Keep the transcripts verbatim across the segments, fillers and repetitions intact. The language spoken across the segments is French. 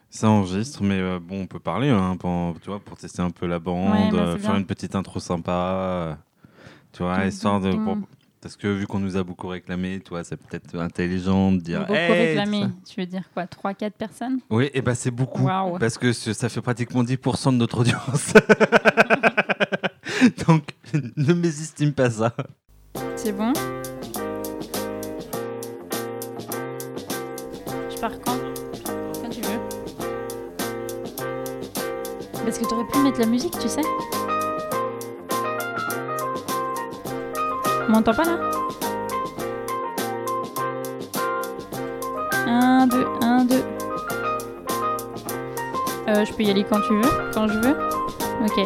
Ça enregistre, mais euh, bon, on peut parler, hein, pour, tu vois, pour tester un peu la bande, Ouais, bah, euh, c'est faire bien. une petite intro sympa, euh, tu vois, Dum, histoire de... dum, pour- dum. parce que vu qu'on nous a beaucoup réclamé, tu vois, c'est peut-être intelligent de dire... Beaucoup Hey, réclamé. tout ça. Tu veux dire quoi, trois quatre personnes? Oui, et ben c'est beaucoup, Waouh. parce que ce- ça fait pratiquement dix pour cent de notre audience. Donc, ne mésestime pas ça. C'est bon? Je pars quand? Quand tu veux. Parce que t'aurais pu mettre la musique, tu sais. On m'entend pas là? Un, deux, un, deux. Euh, je peux y aller quand tu veux, quand je veux. Ok.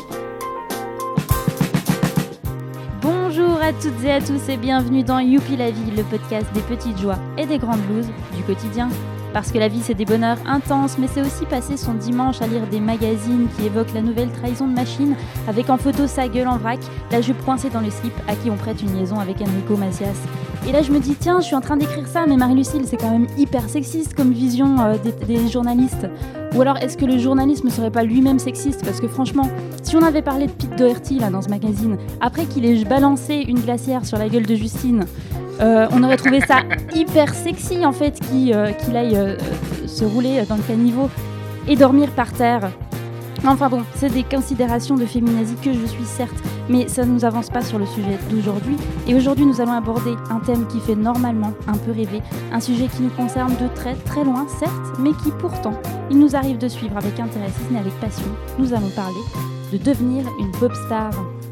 Bonjour à toutes et à tous et bienvenue dans Youpi la vie, le podcast des petites joies et des grandes blues du quotidien. Parce que la vie c'est des bonheurs intenses, mais c'est aussi passer son dimanche à lire des magazines qui évoquent la nouvelle trahison de machine, avec en photo sa gueule en vrac, la jupe coincée dans le slip, à qui on prête une liaison avec Enrico Macias. Et là je me dis tiens, je suis en train d'écrire ça, mais Marie-Lucille c'est quand même hyper sexiste comme vision euh, des, des journalistes. Ou alors est-ce que le journalisme serait pas lui-même sexiste? Parce que franchement, si on avait parlé de Pete Doherty là dans ce magazine, après qu'il ait balancé une glacière sur la gueule de Justine, Euh, on aurait trouvé ça hyper sexy en fait qu'il, euh, qu'il aille euh, se rouler dans le caniveau et dormir par terre. Enfin bon, c'est des considérations de féminazie que je suis certes, mais ça ne nous avance pas sur le sujet d'aujourd'hui. Et aujourd'hui nous allons aborder un thème qui fait normalement un peu rêver, un sujet qui nous concerne de très très loin certes, mais qui pourtant il nous arrive de suivre avec intérêt, si ce n'est avec passion. Nous allons parler de devenir une pop star.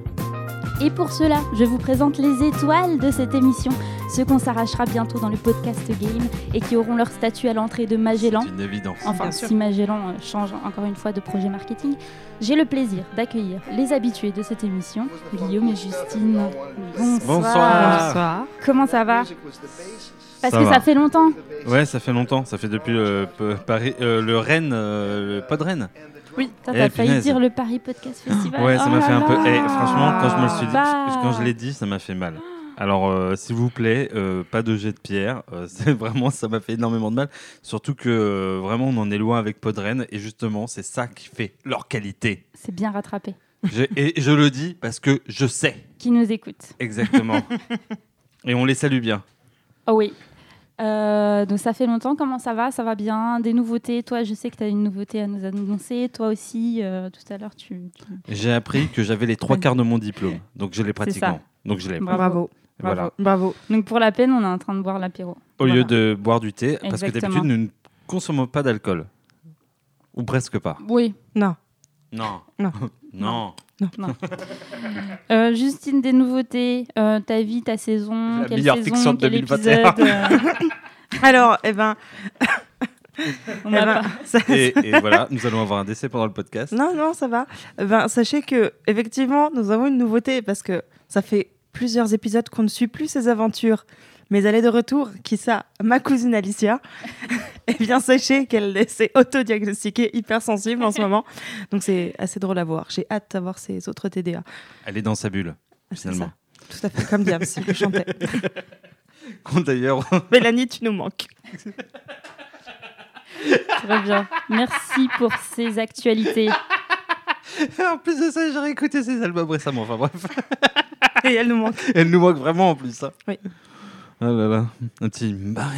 Et pour cela, je vous présente les étoiles de cette émission, ceux qu'on s'arrachera bientôt dans le podcast game et qui auront leur statut à l'entrée de Magellan. C'est une évidence. Enfin, si Magellan euh, change encore une fois de projet marketing, j'ai le plaisir d'accueillir les habitués de cette émission, Guillaume et Justine. Bonsoir. Bonsoir. Bonsoir. Comment ça va? Parce Ça que va. ça fait longtemps. Ouais, ça fait longtemps, ça fait depuis euh, peu- Paris, euh, le Rennes, euh, le pod Rennes. Oui, toi, Eh, t'as failli punaise. dire le Paris Podcast Festival. Ouais, ça Oh m'a là fait un peu... là. Eh, franchement, quand je me le suis dit, Bah. quand je l'ai dit, ça m'a fait mal. Alors, euh, s'il vous plaît, euh, pas de jet de pierre. Euh, c'est vraiment, ça m'a fait énormément de mal. Surtout que euh, vraiment, on en est loin avec Podren. Et justement, c'est ça qui fait leur qualité. C'est bien rattrapé. Je- et je le dis parce que je sais. Qui nous écoute? Exactement. Et on les salue bien. Oh oui. Euh, donc ça fait longtemps, comment ça va? Ça va bien? Des nouveautés? Toi, je sais que tu as une nouveauté à nous annoncer. Toi aussi, euh, tout à l'heure, tu... tu... J'ai appris que j'avais les trois quarts de mon diplôme. Donc, je l'ai ça. pratiquement. Donc, je l'ai. Bravo. Bravo. Voilà. Bravo. Donc pour la peine, on est en train de boire l'apéro. Au Voilà. lieu de boire du thé, parce que Exactement. d'habitude, nous ne consommons pas d'alcool. Ou presque pas. Oui. Non. Non. Non. Non. Euh, Justine, des nouveautés, euh, ta vie, ta saison, La quelle meilleure saison, fiction de quel deux mille vingt et un. épisode euh, Alors, eh ben, on eh n'a ben, pas... ça- Et, et voilà, nous allons avoir un décès pendant le podcast. non, non, ça va. Eh ben, sachez que effectivement, nous avons une nouveauté parce que ça fait plusieurs épisodes qu'on ne suit plus ses aventures. Mais elle est de retour, qui ça, ma cousine Alicia. Eh bien, sachez qu'elle s'est autodiagnostiquée hypersensible en ce moment. Donc, c'est assez drôle à voir. J'ai hâte d'avoir ses autres T D A. Elle est dans sa bulle, C'est finalement. ça. Tout à fait, comme Diams, il le chantait. D'ailleurs, Mélanie, tu nous manques. Très bien. Merci pour ces actualités. en plus de ça, j'ai réécouté ses albums récemment. Enfin bref, Et elle nous manque. elle nous manque vraiment en plus. Ça. Oui. Oh là là, un petit barré.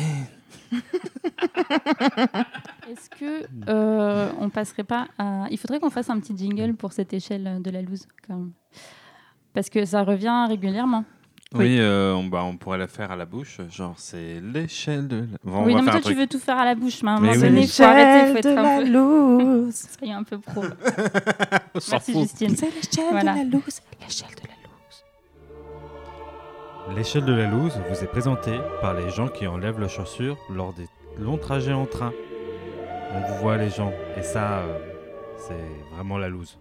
Est-ce que euh, on passerait pas à... Il faudrait qu'on fasse un petit jingle pour cette échelle de la loose, quand même. Parce que ça revient régulièrement. Oui, euh, on, bah, on pourrait la faire à la bouche. Genre, c'est l'échelle de. La... Bon, on oui, va non, mais faire toi, un tu truc. veux tout faire à la bouche, mais à un Mais moment oui. donné, il faut arrêter, il faut de être un la peu... loose. Soyez un peu pro. On s'en Merci, fout. Justine. C'est l'échelle Voilà. de la loose. L'échelle de la loose. L'échelle de la loose vous est présentée par les gens qui enlèvent leurs chaussures lors des longs trajets en train. On vous voit les gens, et ça, euh, c'est vraiment la loose.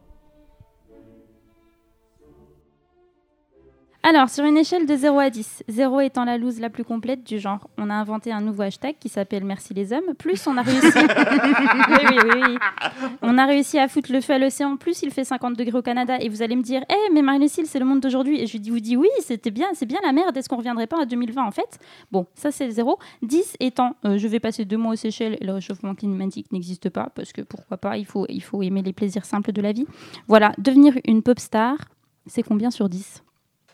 Alors, sur une échelle de zéro à dix, zéro étant la loose la plus complète du genre, on a inventé un nouveau hashtag qui s'appelle Merci les hommes, plus on a réussi... oui, oui, oui, oui. On a réussi à foutre le feu à l'océan. En plus, il fait cinquante degrés au Canada. Et vous allez me dire, hé, hey, mais Marie-Lucille, c'est le monde d'aujourd'hui. Et je dis, vous dis, oui, c'était bien, c'est bien la merde. Est-ce qu'on ne reviendrait pas à deux mille vingt en fait? Bon, ça, c'est zéro. dix étant, euh, je vais passer deux mois aux Seychelles et le réchauffement climatique n'existe pas. Parce que pourquoi pas, il faut, il faut aimer les plaisirs simples de la vie. Voilà, devenir une pop star, c'est combien sur dix?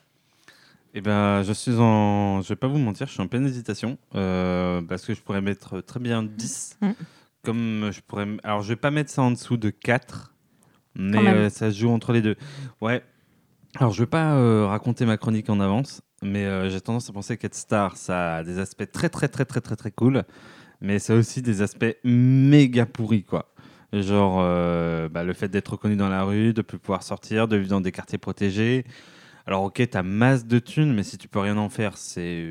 Eh ben, je suis en. Je vais pas vous mentir, je suis en pleine hésitation. euh, parce que je pourrais mettre très bien dix. Mmh. Comme je pourrais. m- Alors, je vais pas mettre ça en dessous de quatre. Mais Quand même. euh, ça se joue entre les deux. Ouais. Alors, je vais pas euh, raconter ma chronique en avance. Mais euh, j'ai tendance à penser qu'être star, ça a des aspects très, très, très, très, très, très cool. Mais ça a aussi des aspects méga pourris, quoi. Genre, euh, bah, le fait d'être reconnu dans la rue, de plus pouvoir sortir, de vivre dans des quartiers protégés. Alors, ok, t'as masse de thunes, mais si tu peux rien en faire, c'est.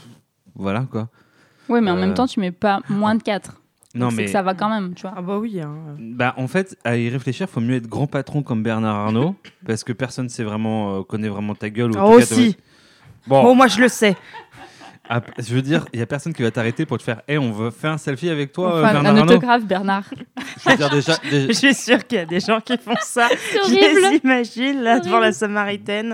Voilà, quoi. Oui, mais en Euh, même temps, tu mets pas moins de quatre. Non, Donc, c'est mais. que ça va quand même, tu vois. Ah bah oui. Hein. Bah, en fait, à y réfléchir, il faut mieux être grand patron comme Bernard Arnault, parce que personne sait vraiment, euh, connaît vraiment ta gueule. Ou en Oh, tout cas, si. Bon, Oh, moi je le sais. ah, je veux dire, il y a personne qui va t'arrêter pour te faire hey, on veut faire un selfie avec toi, euh, Enfin, Bernard un Arnault. autographe, Bernard. Je veux dire, déjà, déjà- Je suis sûre qu'il y a des gens qui font ça. C'est Je horrible. les imagine là Horrible. devant la Samaritaine.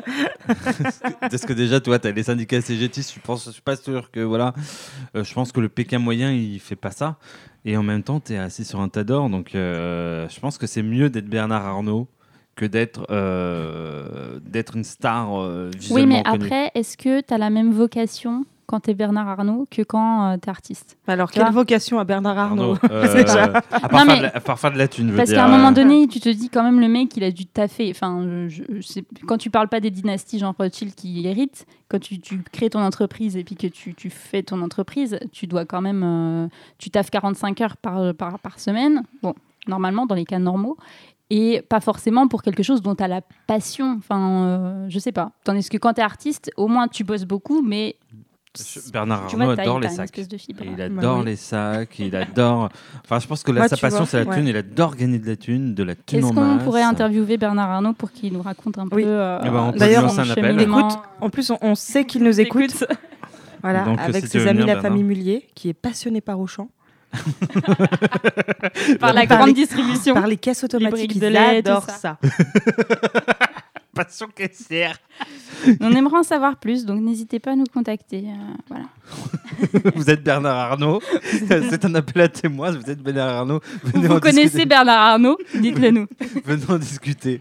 parce que déjà, toi, tu as les syndicats C G T, je pense, je suis pas sûr que voilà. Euh, je pense que le Pékin moyen, il fait pas ça. Et en même temps, tu es assis sur un tas d'or, donc euh, je pense que c'est mieux d'être Bernard Arnault que d'être euh, d'être une star euh, Oui, visuellement mais reconnue. après, est-ce que tu as la même vocation quand tu es Bernard Arnault que quand euh, tu es artiste? Alors, Tu quelle vois vocation à Bernard Arnault, euh, déjà. à part, Non, faire mais- de la, à part faire de la thune, je veux Parce dire. qu'à un moment euh, donné, tu te dis quand même le mec, il a dû taffer. Enfin, je, je- je sais- quand tu parles pas des dynasties genre Rothschild qui héritent, quand tu, tu crées ton entreprise et puis que tu, tu fais ton entreprise, tu dois quand même... euh, tu taffes quarante-cinq heures par, par, par semaine, bon, normalement, dans les cas normaux, et pas forcément pour quelque chose dont tu as la passion. Enfin, euh, je sais pas. Tandis que quand tu es artiste, au moins tu bosses beaucoup, mais... Je- Bernard tu Arnault vois, t'as- adore t'as les une sacs. espèce de fibre. Et il Bah adore oui. les sacs, il adore. Enfin, je pense que là, Moi, sa tu passion, vois, c'est la ouais. thune. Il adore gagner de la thune, de la thune Est-ce en qu'on masse. pourrait interviewer Bernard Arnault pour qu'il nous raconte un Oui. peu euh, Eh ben, on peut lui son lancer un appel. cheminement. Écoute, en plus, on, on sait qu'il nous écoute. Écoute. Voilà, Donc, avec si tu ses veux amis, venir, la Bernard. famille Mullier, qui est passionnée par Auchan, par la Par grande les- distribution. par les caisses automatiques. briques de Ils lait, tout adorent ça. ça. Passion caissière. On aimerait en savoir plus, donc n'hésitez pas à nous contacter. euh, voilà. Vous êtes Bernard Arnault. C'est un appel à témoins. Vous êtes Bernard Arnault. Venez Vous en connaissez discuter. Bernard Arnault? Dites-le nous. Venez en discuter.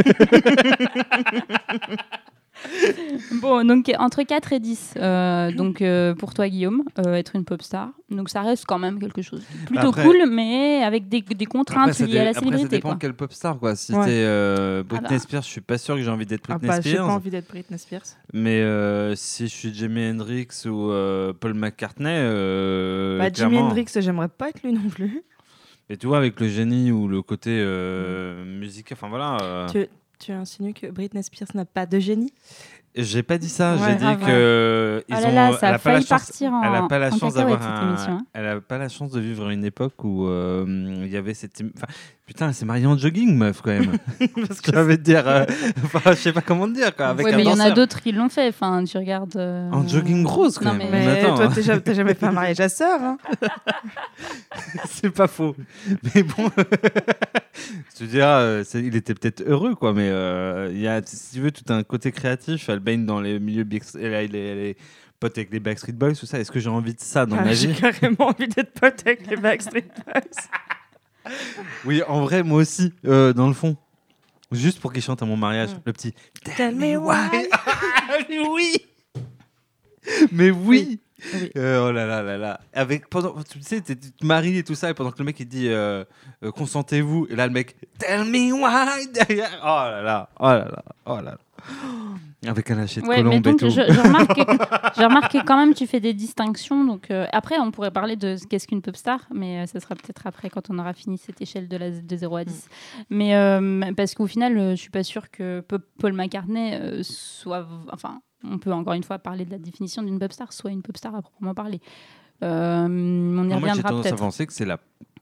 Bon, donc entre quatre et dix. euh, donc euh, pour toi, Guillaume, euh, être une pop star. Donc ça reste quand même quelque chose de plutôt Après- cool, mais avec des, des contraintes Après, ça, liées à la dé- après, ça célébrité. dépend Quoi. quel pop star, quoi. Si Ouais. t'es euh, Britney bah. Spears, je suis pas sûr que j'ai envie d'être Ah Britney bah, j'ai Spears. pas envie d'être Britney Spears. Mais euh, si je suis Jimi Hendrix ou euh, Paul McCartney, euh, Bah, Jimi clairement- Hendrix, j'aimerais pas être lui non plus. Et tu vois, avec le génie ou le côté euh, musique, enfin voilà. euh, Tu, tu insinues que Britney Spears n'a pas de génie? J'ai pas dit ça, Ouais, j'ai dit grave, que ils Ah là ont, là, ça elle a a pas la failli chance, partir en- elle a pas la en chance cacahuète, d'avoir cette un, émission, hein. elle a pas la chance de vivre une époque où euh, il y avait cette, enfin, putain, elle s'est mariée en jogging, meuf, quand même. Parce que Je vais te dire, euh, enfin, je sais pas comment te dire, quoi, avec Ouais, un mais il y en a danseur. d'autres qui l'ont fait. Enfin, tu regardes. euh, En jogging rose, quand non, même. mais- Mais attends, toi, hein. t'as jamais, t'as jamais fait un mariage à sœur, hein? C'est pas faux. Mais bon, tu diras, euh, c'est- il était peut-être heureux, quoi. Mais euh, il y a, si tu veux, tout un côté créatif. Elle baigne dans les milieux, big- elle, elle, est- elle est pote avec les Backstreet Boys, tout ça. Est-ce que j'ai envie de ça dans Ah, ma j'ai vie? carrément envie d'être pote avec les Backstreet Boys. Oui, en vrai, moi aussi, euh, dans le fond. Juste pour qu'ils chantent à mon mariage, Mm. le petit. Tell me why. Mais oui. Mais oui. Oui. Euh, oh là là là là. Avec, pendant, tu sais, tu te maries et tout ça, et pendant que le mec il dit euh, euh, consentez-vous, et là le mec tell me why derrière. Oh là là, oh là là, oh là là. Avec un lâcher de Ouais, mais colombe et donc tout. je, je remarque que, je remarque que quand même tu fais des distinctions. Donc euh, après, on pourrait parler de ce qu'est-ce qu'une pop star, mais euh, ça sera peut-être après quand on aura fini cette échelle de, la, de zéro à dix. Mais euh, parce qu'au final, euh, je suis pas sûre que P- Paul McCartney euh, soit, v- enfin, on peut encore une fois parler de la définition d'une pop star, soit une pop star à proprement parler. Euh, on y Moi j'ai reviendra tendance à peut-être. penser que c'est la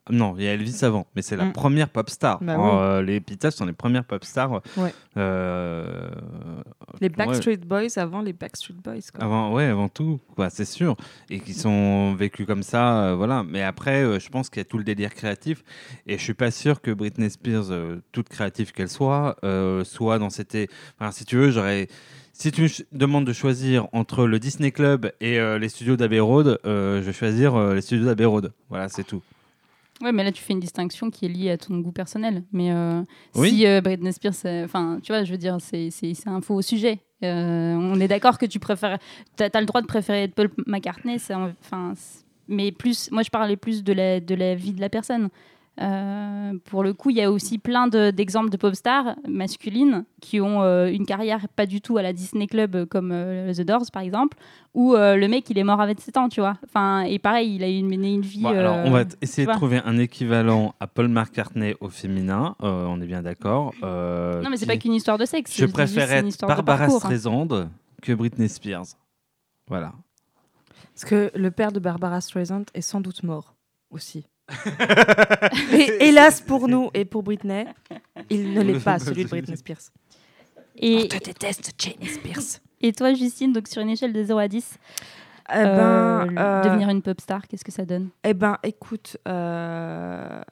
Non, il y a Elvis avant, mais c'est la Mm. première pop star. Bah Euh, les Pitas sont les premières pop stars. Ouais. Euh, Les ouais, Backstreet Boys avant les Backstreet Boys. Quoi. avant, ouais, avant tout, quoi, c'est sûr. Et qui sont vécus comme ça, euh, voilà. Mais après, euh, je pense qu'il y a tout le délire créatif. Et je suis pas sûr que Britney Spears, euh, toute créative qu'elle soit, euh, soit dans cette. Enfin, si tu veux, j'aurais. Si tu me ch- demandes de choisir entre le Disney Club et euh, les studios d'Abbey Road, euh, je vais choisir euh, les studios d'Abbey Road. Voilà, c'est tout. Ouais, mais là, tu fais une distinction qui est liée à ton goût personnel. Mais euh, Oui. si euh, Britney Spears, enfin, tu vois, je veux dire, c'est, c'est, c'est un faux sujet. Euh, on est d'accord que tu préfères, t'as, t'as le droit de préférer Paul McCartney, c'est, enfin, c'est- mais plus, moi, je parlais plus de la, de la vie de la personne. Euh, pour le coup, il y a aussi plein de, d'exemples de pop stars masculines qui ont euh, une carrière pas du tout à la Disney Club euh, comme euh, The Doors par exemple, où euh, le mec il est mort à vingt-sept ans, tu vois. Enfin, et pareil, il a une, mené une vie. Bon, alors, euh, on va t- essayer tu de vois. trouver un équivalent à Paul McCartney au féminin. Euh, on est bien d'accord. Euh, Non, mais c'est qui- pas qu'une histoire de sexe. Je dis juste, préfère c'est une être histoire de Barbara parcours, hein. Streisand que Britney Spears. Voilà. Parce que le père de Barbara Streisand est sans doute mort aussi. Et hélas pour nous et pour Britney, il ne l'est pas, celui de Britney Spears. Et, On te déteste, Britney Spears. et toi, Justine, donc sur une échelle de zéro à dix, Eh ben, euh, euh, devenir une pop star, qu'est-ce que ça donne? eh ben, écoute. euh,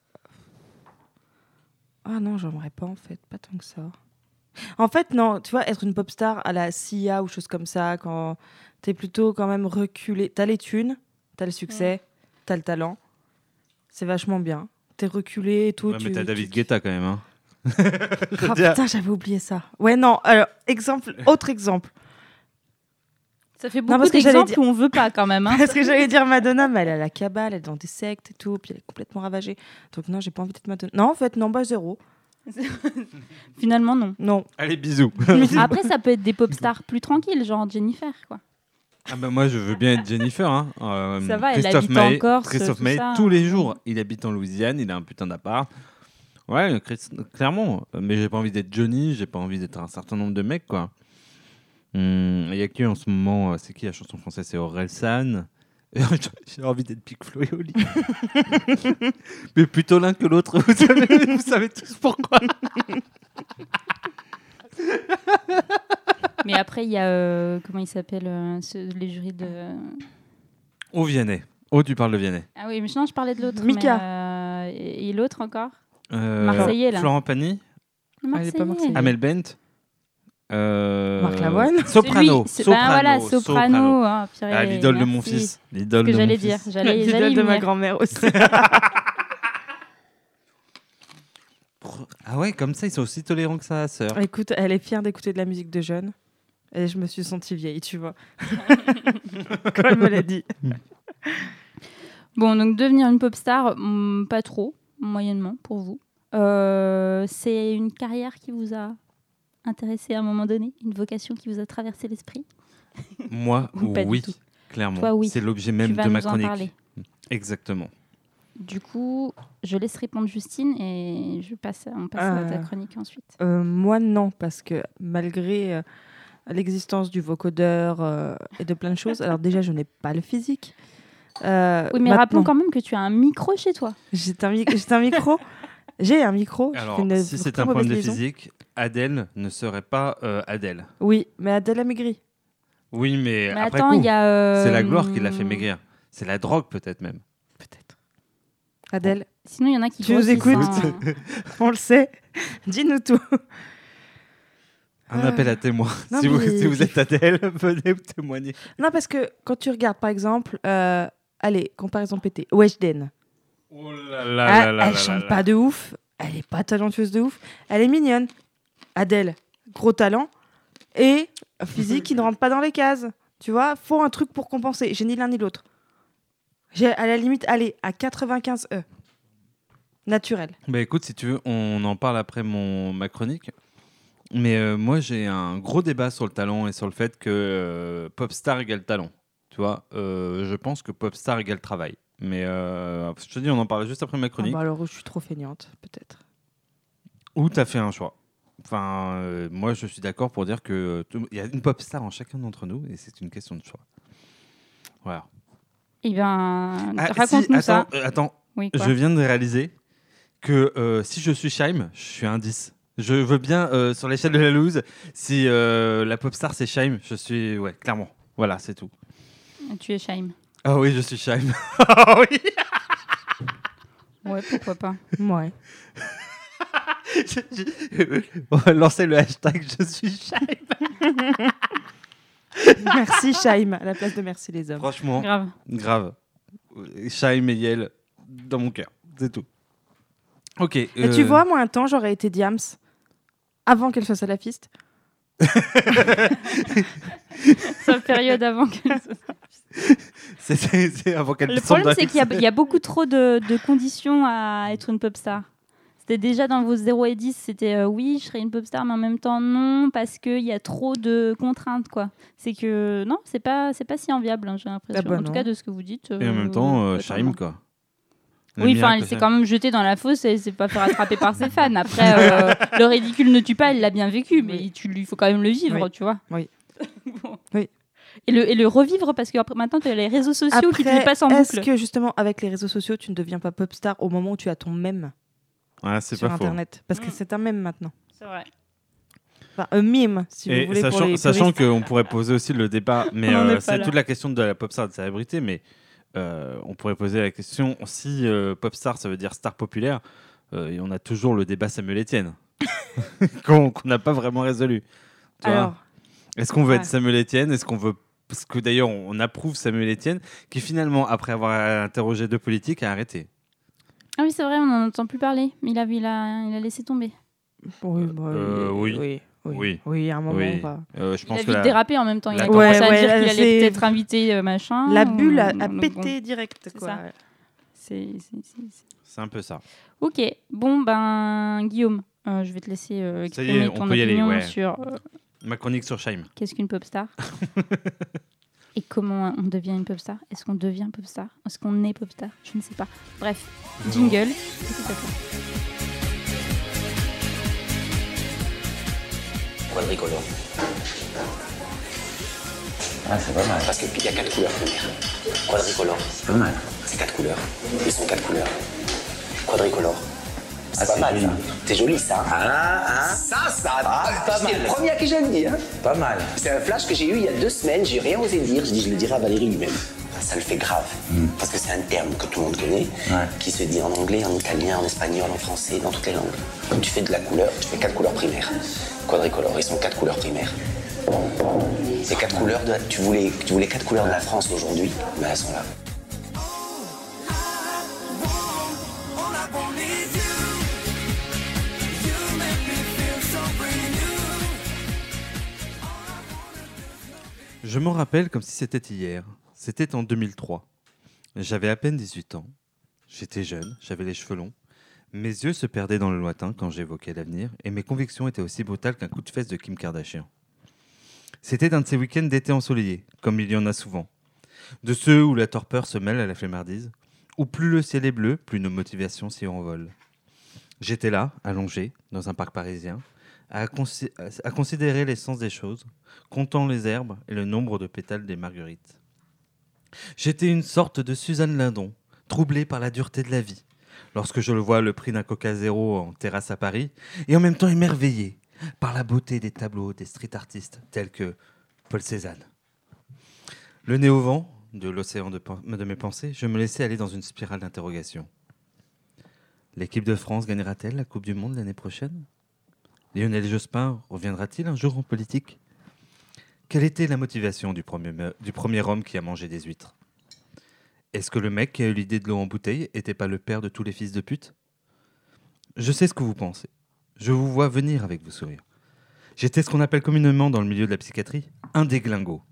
Ah non, j'aimerais pas en fait, pas tant que ça. En fait, non, tu vois, être une pop star à la C I A ou chose comme ça, quand t'es plutôt quand même reculé, t'as les thunes, t'as le succès, t'as le talent, c'est vachement bien. T'es reculé et tout. Ouais, mais tu- t'as tu- David Guetta quand même. Hein. Ah putain, j'avais oublié ça. Ouais, non, alors, exemple, autre exemple. Ça fait Non, beaucoup parce que j'allais d'exemples dire- où on veut pas quand même. Hein. Parce que j'allais dire Madonna, mais elle est à la cabale, elle est dans des sectes et tout, puis elle est complètement ravagée. Donc non, j'ai pas envie d'être Madonna. Non, en fait, non, bah zéro. Finalement, non. Non. Allez, bisous. Après, ça peut être des pop stars plus tranquilles, genre Jennifer, quoi. Ah bah moi je veux bien être Jennifer. Hein. Euh, Ça va, elle Christophe habite en Maé, Corse, Christophe tout Maé, ça. tous les jours, il habite en Louisiane, il a un putain d'appart. Ouais, Chris- clairement. Mais j'ai pas envie d'être Johnny, j'ai pas envie d'être un certain nombre de mecs, quoi. Hum, Il y a qui en ce moment? euh, C'est qui la chanson française? C'est Orelsan. J'ai envie d'être Big Flo et Oli. Mais plutôt l'un que l'autre. Vous savez, vous savez tous pourquoi. Mais après, il y a. euh, comment il s'appelle euh, ce- les jurys de. Oh, Vianney. Oh, tu parles de Vianney. Ah oui, mais non, je parlais de l'autre. Mika. mais, euh, et et l'autre encore Euh, Marseillais, là. Florent Pagny. Le Elle est pas Marseillais. Amel Bent. Euh, Marc Lavoine. Soprano. C'est lui, c'est- bah, voilà, Soprano. Soprano. hein, purée, Ah, l'idole de merci. mon fils. C'est L'idole ce que de j'allais mon dire. fils. J'allais, L'idole j'allais y de ma venir. grand-mère aussi. Ah ouais, comme ça, ils sont aussi tolérants que sa sœur. Écoute, elle est fière d'écouter de la musique de jeunes. Et je me suis sentie vieille, tu vois. Quand elle me l'a dit. Bon, donc devenir une pop star, hmm, pas trop, moyennement pour vous. Euh, c'est une carrière qui vous a intéressé à un moment donné, une vocation qui vous a traversé l'esprit. Moi, Ou pas du oui, tout. clairement. Toi, oui. C'est l'objet Tu même vas de nous ma en chronique. parler. Exactement. Du coup, je laisse répondre Justine et je passe, on passe à ta Euh. chronique ensuite. Euh, moi, non, parce que malgré euh, l'existence du vocodeur euh, et de plein de choses, alors déjà, je n'ai pas le physique. Euh, Oui, mais maintenant, rappelons quand même que tu as un micro chez toi. J'ai un, mi- j'ai un micro. J'ai un micro. je Alors, fais une si c'est très un problème mauvaise de liaison. physique, Adèle ne serait pas euh, Adèle. Oui, mais Adèle a maigri. Oui, mais, Mais après attends, coup, il y a. euh, c'est la gloire qui l'a fait maigrir. C'est la drogue, peut-être même. Peut-être. Adèle, Sinon, il y en a qui Tu nous grossissent écoutes en- on le sait. Dis-nous tout. Un Ah. appel à témoins. Non, si, vous, mais- si vous êtes Adèle, venez vous témoigner. Non, parce que quand tu regardes, par exemple, euh, allez, comparaison pétée, Weshden. Oh là là Ah, là là elle là chante là. pas de ouf. Elle est pas talentueuse de ouf. Elle est mignonne. Adèle, gros talent. Et physique qui ne rentre pas dans les cases. Tu vois, faut un truc pour compenser. J'ai ni l'un ni l'autre. J'ai à la limite, allez, à quatre-vingt-quinze E. Naturel. Bah écoute, si tu veux, on en parle après mon, ma chronique. Mais euh, moi, j'ai un gros débat sur le talent et sur le fait que euh, pop star égale talent. Tu vois, euh, je pense que pop star égale travail. Mais euh, je te dis, on en parle juste après ma Ah chronique. bah alors, je suis trop feignante, peut-être. Où tu as fait un choix. Enfin, euh, moi, je suis d'accord pour dire que tout- il y a une pop star en chacun d'entre nous et c'est une question de choix. Voilà. Eh bien, Ah, si, raconte-nous ça. attends, euh, attends. Oui, quoi. Je viens de réaliser que euh, si je suis Shaim, je suis un dix. Je veux bien, euh, sur l'échelle de la loose, si euh, la pop star c'est Shaim, je suis, ouais, clairement. Voilà, c'est tout. Tu es Shaim. Ah oui, je suis Shaim. Ah oui. Ouais, pourquoi pas. Ouais. Je- je- On va lancer le hashtag je suis Shaim. Merci, Shaim, à la place de merci les hommes. Franchement, Grave. grave. Shaim et Yel dans mon cœur, c'est tout. Ok. Et euh, tu vois, moi, un temps, j'aurais été Diams avant qu'elle soit salafiste. Sa période avant que... c'est, c'est- c'est avant qu'elle Le descende problème, dans c'est les- qu'il y a, il y a beaucoup trop de, de conditions à être une pop star. C'était déjà dans vos zéro et dix, c'était euh, oui, je serais une pop star, mais en même temps non, parce qu'il y a trop de contraintes, quoi. C'est que non, c'est pas, c'est pas si enviable, hein, j'ai l'impression. Ah bah en tout non. cas, de ce que vous dites. Et en même temps, euh, euh, Shaim, quoi. Le Oui, enfin, miracle elle s'est Shaim. quand même jetée dans la fosse et elle s'est pas fait rattraper par ses fans. Après, euh, le ridicule ne tue pas, elle l'a bien vécu, mais Oui. tu lui faut quand même le vivre, Oui. tu vois. Oui. Bon. Oui. Et le, et le revivre, parce que après, maintenant, tu as les réseaux sociaux qui te les Après, passent en est-ce boucle. que justement, avec les réseaux sociaux, tu ne deviens pas pop star au moment où tu as ton mème Ouais, c'est sur pas faux. Internet? Parce que Mm. c'est un mème maintenant. C'est vrai. Enfin, un mime, si Et vous voulez, pour sachant, les sachant puristes. qu'on pourrait poser aussi le débat, mais On en est euh, pas c'est là. toute la question de la pop star de célébrité, mais euh, on pourrait poser la question si euh, pop star ça veut dire star populaire, euh, et on a toujours le débat Samuel Etienne qu'on qu'on n'a pas vraiment résolu. Tu vois Alors, Est-ce qu'on veut ouais. être Samuel Etienne? Est-ce qu'on veut parce que d'ailleurs on on approuve Samuel Etienne qui finalement après avoir interrogé deux politiques a arrêté. Ah oui, c'est vrai, on n'en entend plus parler. Il a, il a, il a laissé tomber. oui, bah, Euh, il- oui. oui, oui, Oui. oui, à un moment, Oui. on va- Euh, je Il pense a que vite la- dérapé en même temps. Il la a campagne- commencé à Ouais, dire ouais, qu'il allait c'est- peut-être inviter euh, machin. La ou- bulle a, a donc bon, pété direct, C'est quoi. ça. c'est, c'est- c'est- c'est- c'est un peu ça. Ok, bon ben Guillaume, euh, je vais te laisser euh, Ça y exprimer est, on ton peut y aller, opinion ouais. sur euh, Ma chronique sur Shaim. qu'est-ce qu'une pop star et comment on devient une pop star. Est-ce qu'on devient pop star? Est-ce qu'on est pop star? Je ne sais pas. Bref, jingle. C'est à toi. Quadricolore. Ah, c'est pas mal. Parce qu'il y a quatre couleurs primaires. Quadricolore, C'est pas mal. c'est quatre couleurs. Ils sont quatre couleurs. Quadricolore. C'est Ah, pas c'est mal, joli. ça. C'est joli, ça. Ah, ah, Ça, ça, Ah, pas c'est mal. le premier à qui je le dis. Hein. pas mal. C'est un flash que j'ai eu il y a deux semaines, j'ai rien osé dire, je dis je le dirai à Valérie lui-même. Ça le fait grave, parce que c'est un terme que tout le monde connaît, Ouais. qui se dit en anglais, en italien, en espagnol, en français, dans toutes les langues. Comme tu fais de la couleur, tu fais quatre couleurs primaires. Quadricolore, ils sont quatre couleurs primaires. Ces quatre couleurs, de, tu, voulais, tu voulais quatre couleurs de la France d'aujourd'hui, mais elles sont là. Je m'en rappelle comme si c'était hier. C'était en deux mille trois. J'avais à peine dix-huit ans. J'étais jeune, j'avais les cheveux longs. Mes yeux se perdaient dans le lointain quand j'évoquais l'avenir et mes convictions étaient aussi brutales qu'un coup de fesse de Kim Kardashian. C'était un de ces week-ends d'été ensoleillés, comme il y en a souvent. De ceux où la torpeur se mêle à la flemmardise, où plus le ciel est bleu, plus nos motivations s'y envolent. J'étais là, allongé, dans un parc parisien, à, consi- à considérer l'essence des choses, comptant les herbes et le nombre de pétales des marguerites. J'étais une sorte de Suzanne Lindon, troublée par la dureté de la vie, lorsque je le vois le prix d'un Coca Zéro en terrasse à Paris, et en même temps émerveillé par la beauté des tableaux des street artistes tels que Paul Cézanne. Le nez au vent de l'océan de, pen- de mes pensées, je me laissais aller dans une spirale d'interrogation. L'équipe de France gagnera-t-elle la Coupe du Monde l'année prochaine? Lionel Jospin reviendra-t-il un jour en politique? Quelle était la motivation du premier, me- du premier homme qui a mangé des huîtres? Est-ce que le mec qui a eu l'idée de l'eau en bouteille était pas le père de tous les fils de pute? Je sais ce que vous pensez. Je vous vois venir avec vos sourires. J'étais ce qu'on appelle communément dans le milieu de la psychiatrie un déglingo.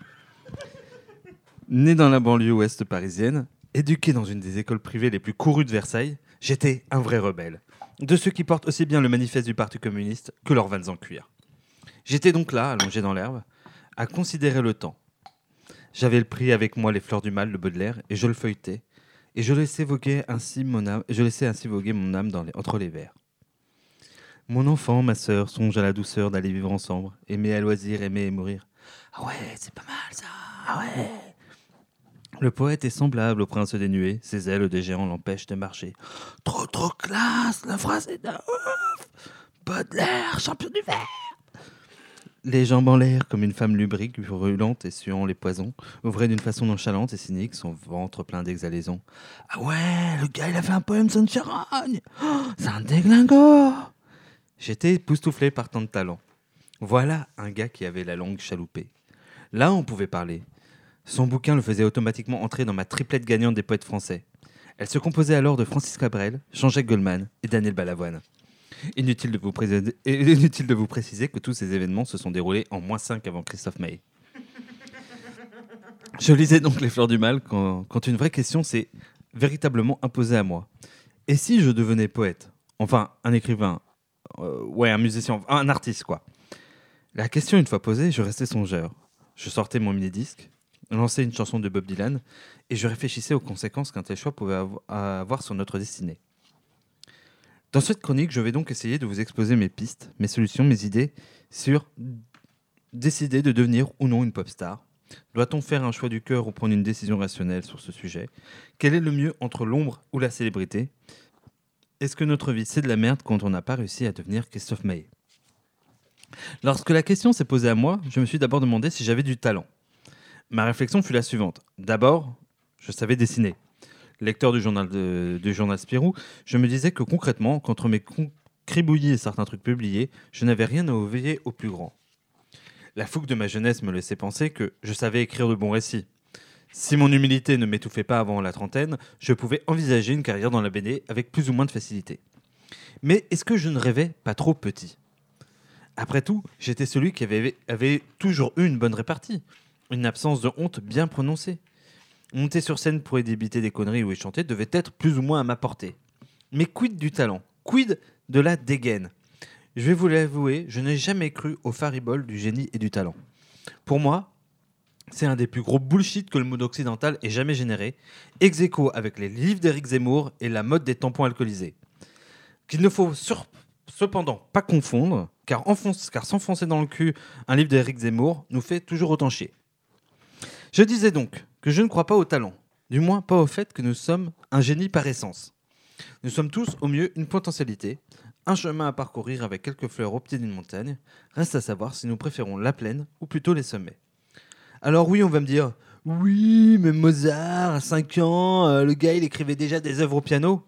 Né dans la banlieue ouest parisienne, éduqué dans une des écoles privées les plus courues de Versailles, j'étais un vrai rebelle. De ceux qui portent aussi bien le manifeste du Parti communiste que leurs vannes en cuir. J'étais donc là, allongé dans l'herbe, à considérer le temps. J'avais le pris avec moi les fleurs du mal de Baudelaire et je le feuilletais. Et je laissais voguer ainsi mon âme, je laissais ainsi voguer mon âme dans les- entre les vers. Mon enfant, ma sœur, songe à la douceur d'aller vivre ensemble, aimer à loisir, aimer et mourir. Ah ouais, c'est pas mal ça. Ah ouais. Le poète est semblable au prince des nuées, ses ailes des géants l'empêchent de marcher. Trop trop classe, la phrase est de ouf. Baudelaire, champion du verre. Les jambes en l'air comme une femme lubrique, brûlante et suant les poisons, ouvrait d'une façon nonchalante et cynique son ventre plein d'exhalaisons. Ah ouais, le gars il a fait un poème sur une charogne. Oh, c'est un déglingo. J'étais époustouflé par tant de talent. Voilà un gars qui avait la langue chaloupée. Là on pouvait parler. Son bouquin le faisait automatiquement entrer dans ma triplette gagnante des poètes français. Elle se composait alors de Francis Cabrel, Jean-Jacques Goldman et Daniel Balavoine. Inutile de vous, pré- Inutile de vous préciser que tous ces événements se sont déroulés en moins cinq avant Christophe Maé. Je lisais donc Les Fleurs du Mal quand, quand une vraie question s'est véritablement imposée à moi. Et si je devenais poète ? Enfin, un écrivain, euh, ouais, un musicien, un artiste quoi. La question une fois posée, je restais songeur. Je sortais mon mini-disque, lançais une chanson de Bob Dylan et je réfléchissais aux conséquences qu'un tel choix pouvait avoir sur notre destinée. Dans cette chronique, je vais donc essayer de vous exposer mes pistes, mes solutions, mes idées sur décider de devenir ou non une pop star. Doit-on faire un choix du cœur ou prendre une décision rationnelle sur ce sujet ? Quel est le mieux entre l'ombre ou la célébrité ? Est-ce que notre vie c'est de la merde quand on n'a pas réussi à devenir Christophe Maé ? Lorsque la question s'est posée à moi, je me suis d'abord demandé si j'avais du talent. Ma réflexion fut la suivante. D'abord, je savais dessiner. Lecteur du journal, de, du journal Spirou, je me disais que concrètement, qu'entre mes cribouillis et certains trucs publiés, je n'avais rien à envier au plus grand. La fougue de ma jeunesse me laissait penser que je savais écrire de bons récits. Si mon humilité ne m'étouffait pas avant la trentaine, je pouvais envisager une carrière dans la B D avec plus ou moins de facilité. Mais est-ce que je ne rêvais pas trop petit ? Après tout, j'étais celui qui avait, avait toujours eu une bonne répartie, une absence de honte bien prononcée. Monter sur scène pour débiter des conneries ou y chanter devait être plus ou moins à ma portée. Mais quid du talent ? Quid de la dégaine ? Je vais vous l'avouer, je n'ai jamais cru au faribole du génie et du talent. Pour moi, c'est un des plus gros bullshit que le monde occidental ait jamais généré, ex aequo avec les livres d'Éric Zemmour et la mode des tampons alcoolisés. Qu'il ne faut sur... cependant pas confondre, car, enfonce... car s'enfoncer dans le cul un livre d'Éric Zemmour nous fait toujours autant chier. Je disais donc que je ne crois pas au talent, du moins pas au fait que nous sommes un génie par essence. Nous sommes tous au mieux une potentialité, un chemin à parcourir avec quelques fleurs au pied d'une montagne. Reste à savoir si nous préférons la plaine ou plutôt les sommets. Alors oui, on va me dire, oui, mais Mozart, à cinq ans, euh, le gars il écrivait déjà des œuvres au piano.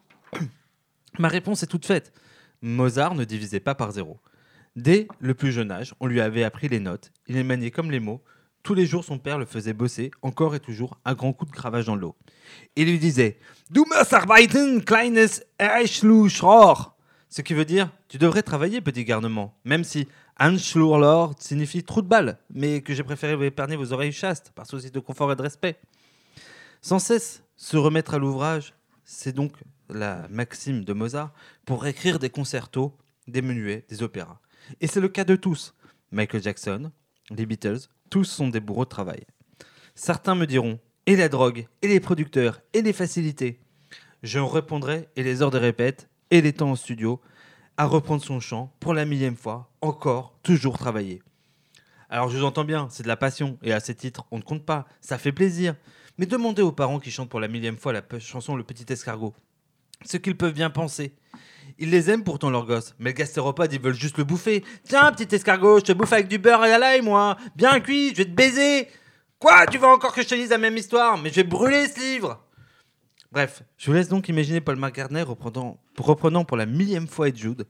Ma réponse est toute faite. Mozart ne divisait pas par zéro. Dès le plus jeune âge, on lui avait appris les notes, il les maniait comme les mots. Tous les jours, son père le faisait bosser, encore et toujours, à grands coups de cravache dans l'eau. Il lui disait « Du musst arbeiten, kleines Einschlussrohr » ce qui veut dire « Tu devrais travailler, petit garnement », même si « Einschlussrohr » signifie « trou de balle », mais que j'ai préféré vous épargner vos oreilles chastes, par souci de confort et de respect. Sans cesse se remettre à l'ouvrage, c'est donc la maxime de Mozart, pour écrire des concertos, des menuets, des opéras. Et c'est le cas de tous. Michael Jackson, les Beatles, tous sont des bourreaux de travail. Certains me diront, et la drogue, et les producteurs, et les facilités. Je répondrai, et les heures de répète, et les temps en studio, à reprendre son chant, pour la millième fois, encore, toujours travailler. Alors je vous entends bien, c'est de la passion, et à ces titres, on ne compte pas, ça fait plaisir. Mais demandez aux parents qui chantent pour la millième fois la chanson Le Petit Escargot, ce qu'ils peuvent bien penser. Ils les aiment pourtant leurs gosses, mais le gastéropode, ils veulent juste le bouffer. Tiens, petit escargot, je te bouffe avec du beurre et à l'ail, moi. Bien cuit, je vais te baiser. Quoi, tu veux encore que je te lise la même histoire ? Mais je vais brûler ce livre. Bref, je vous laisse donc imaginer Paul McCartney reprenant, reprenant pour la millième fois Ed Jude.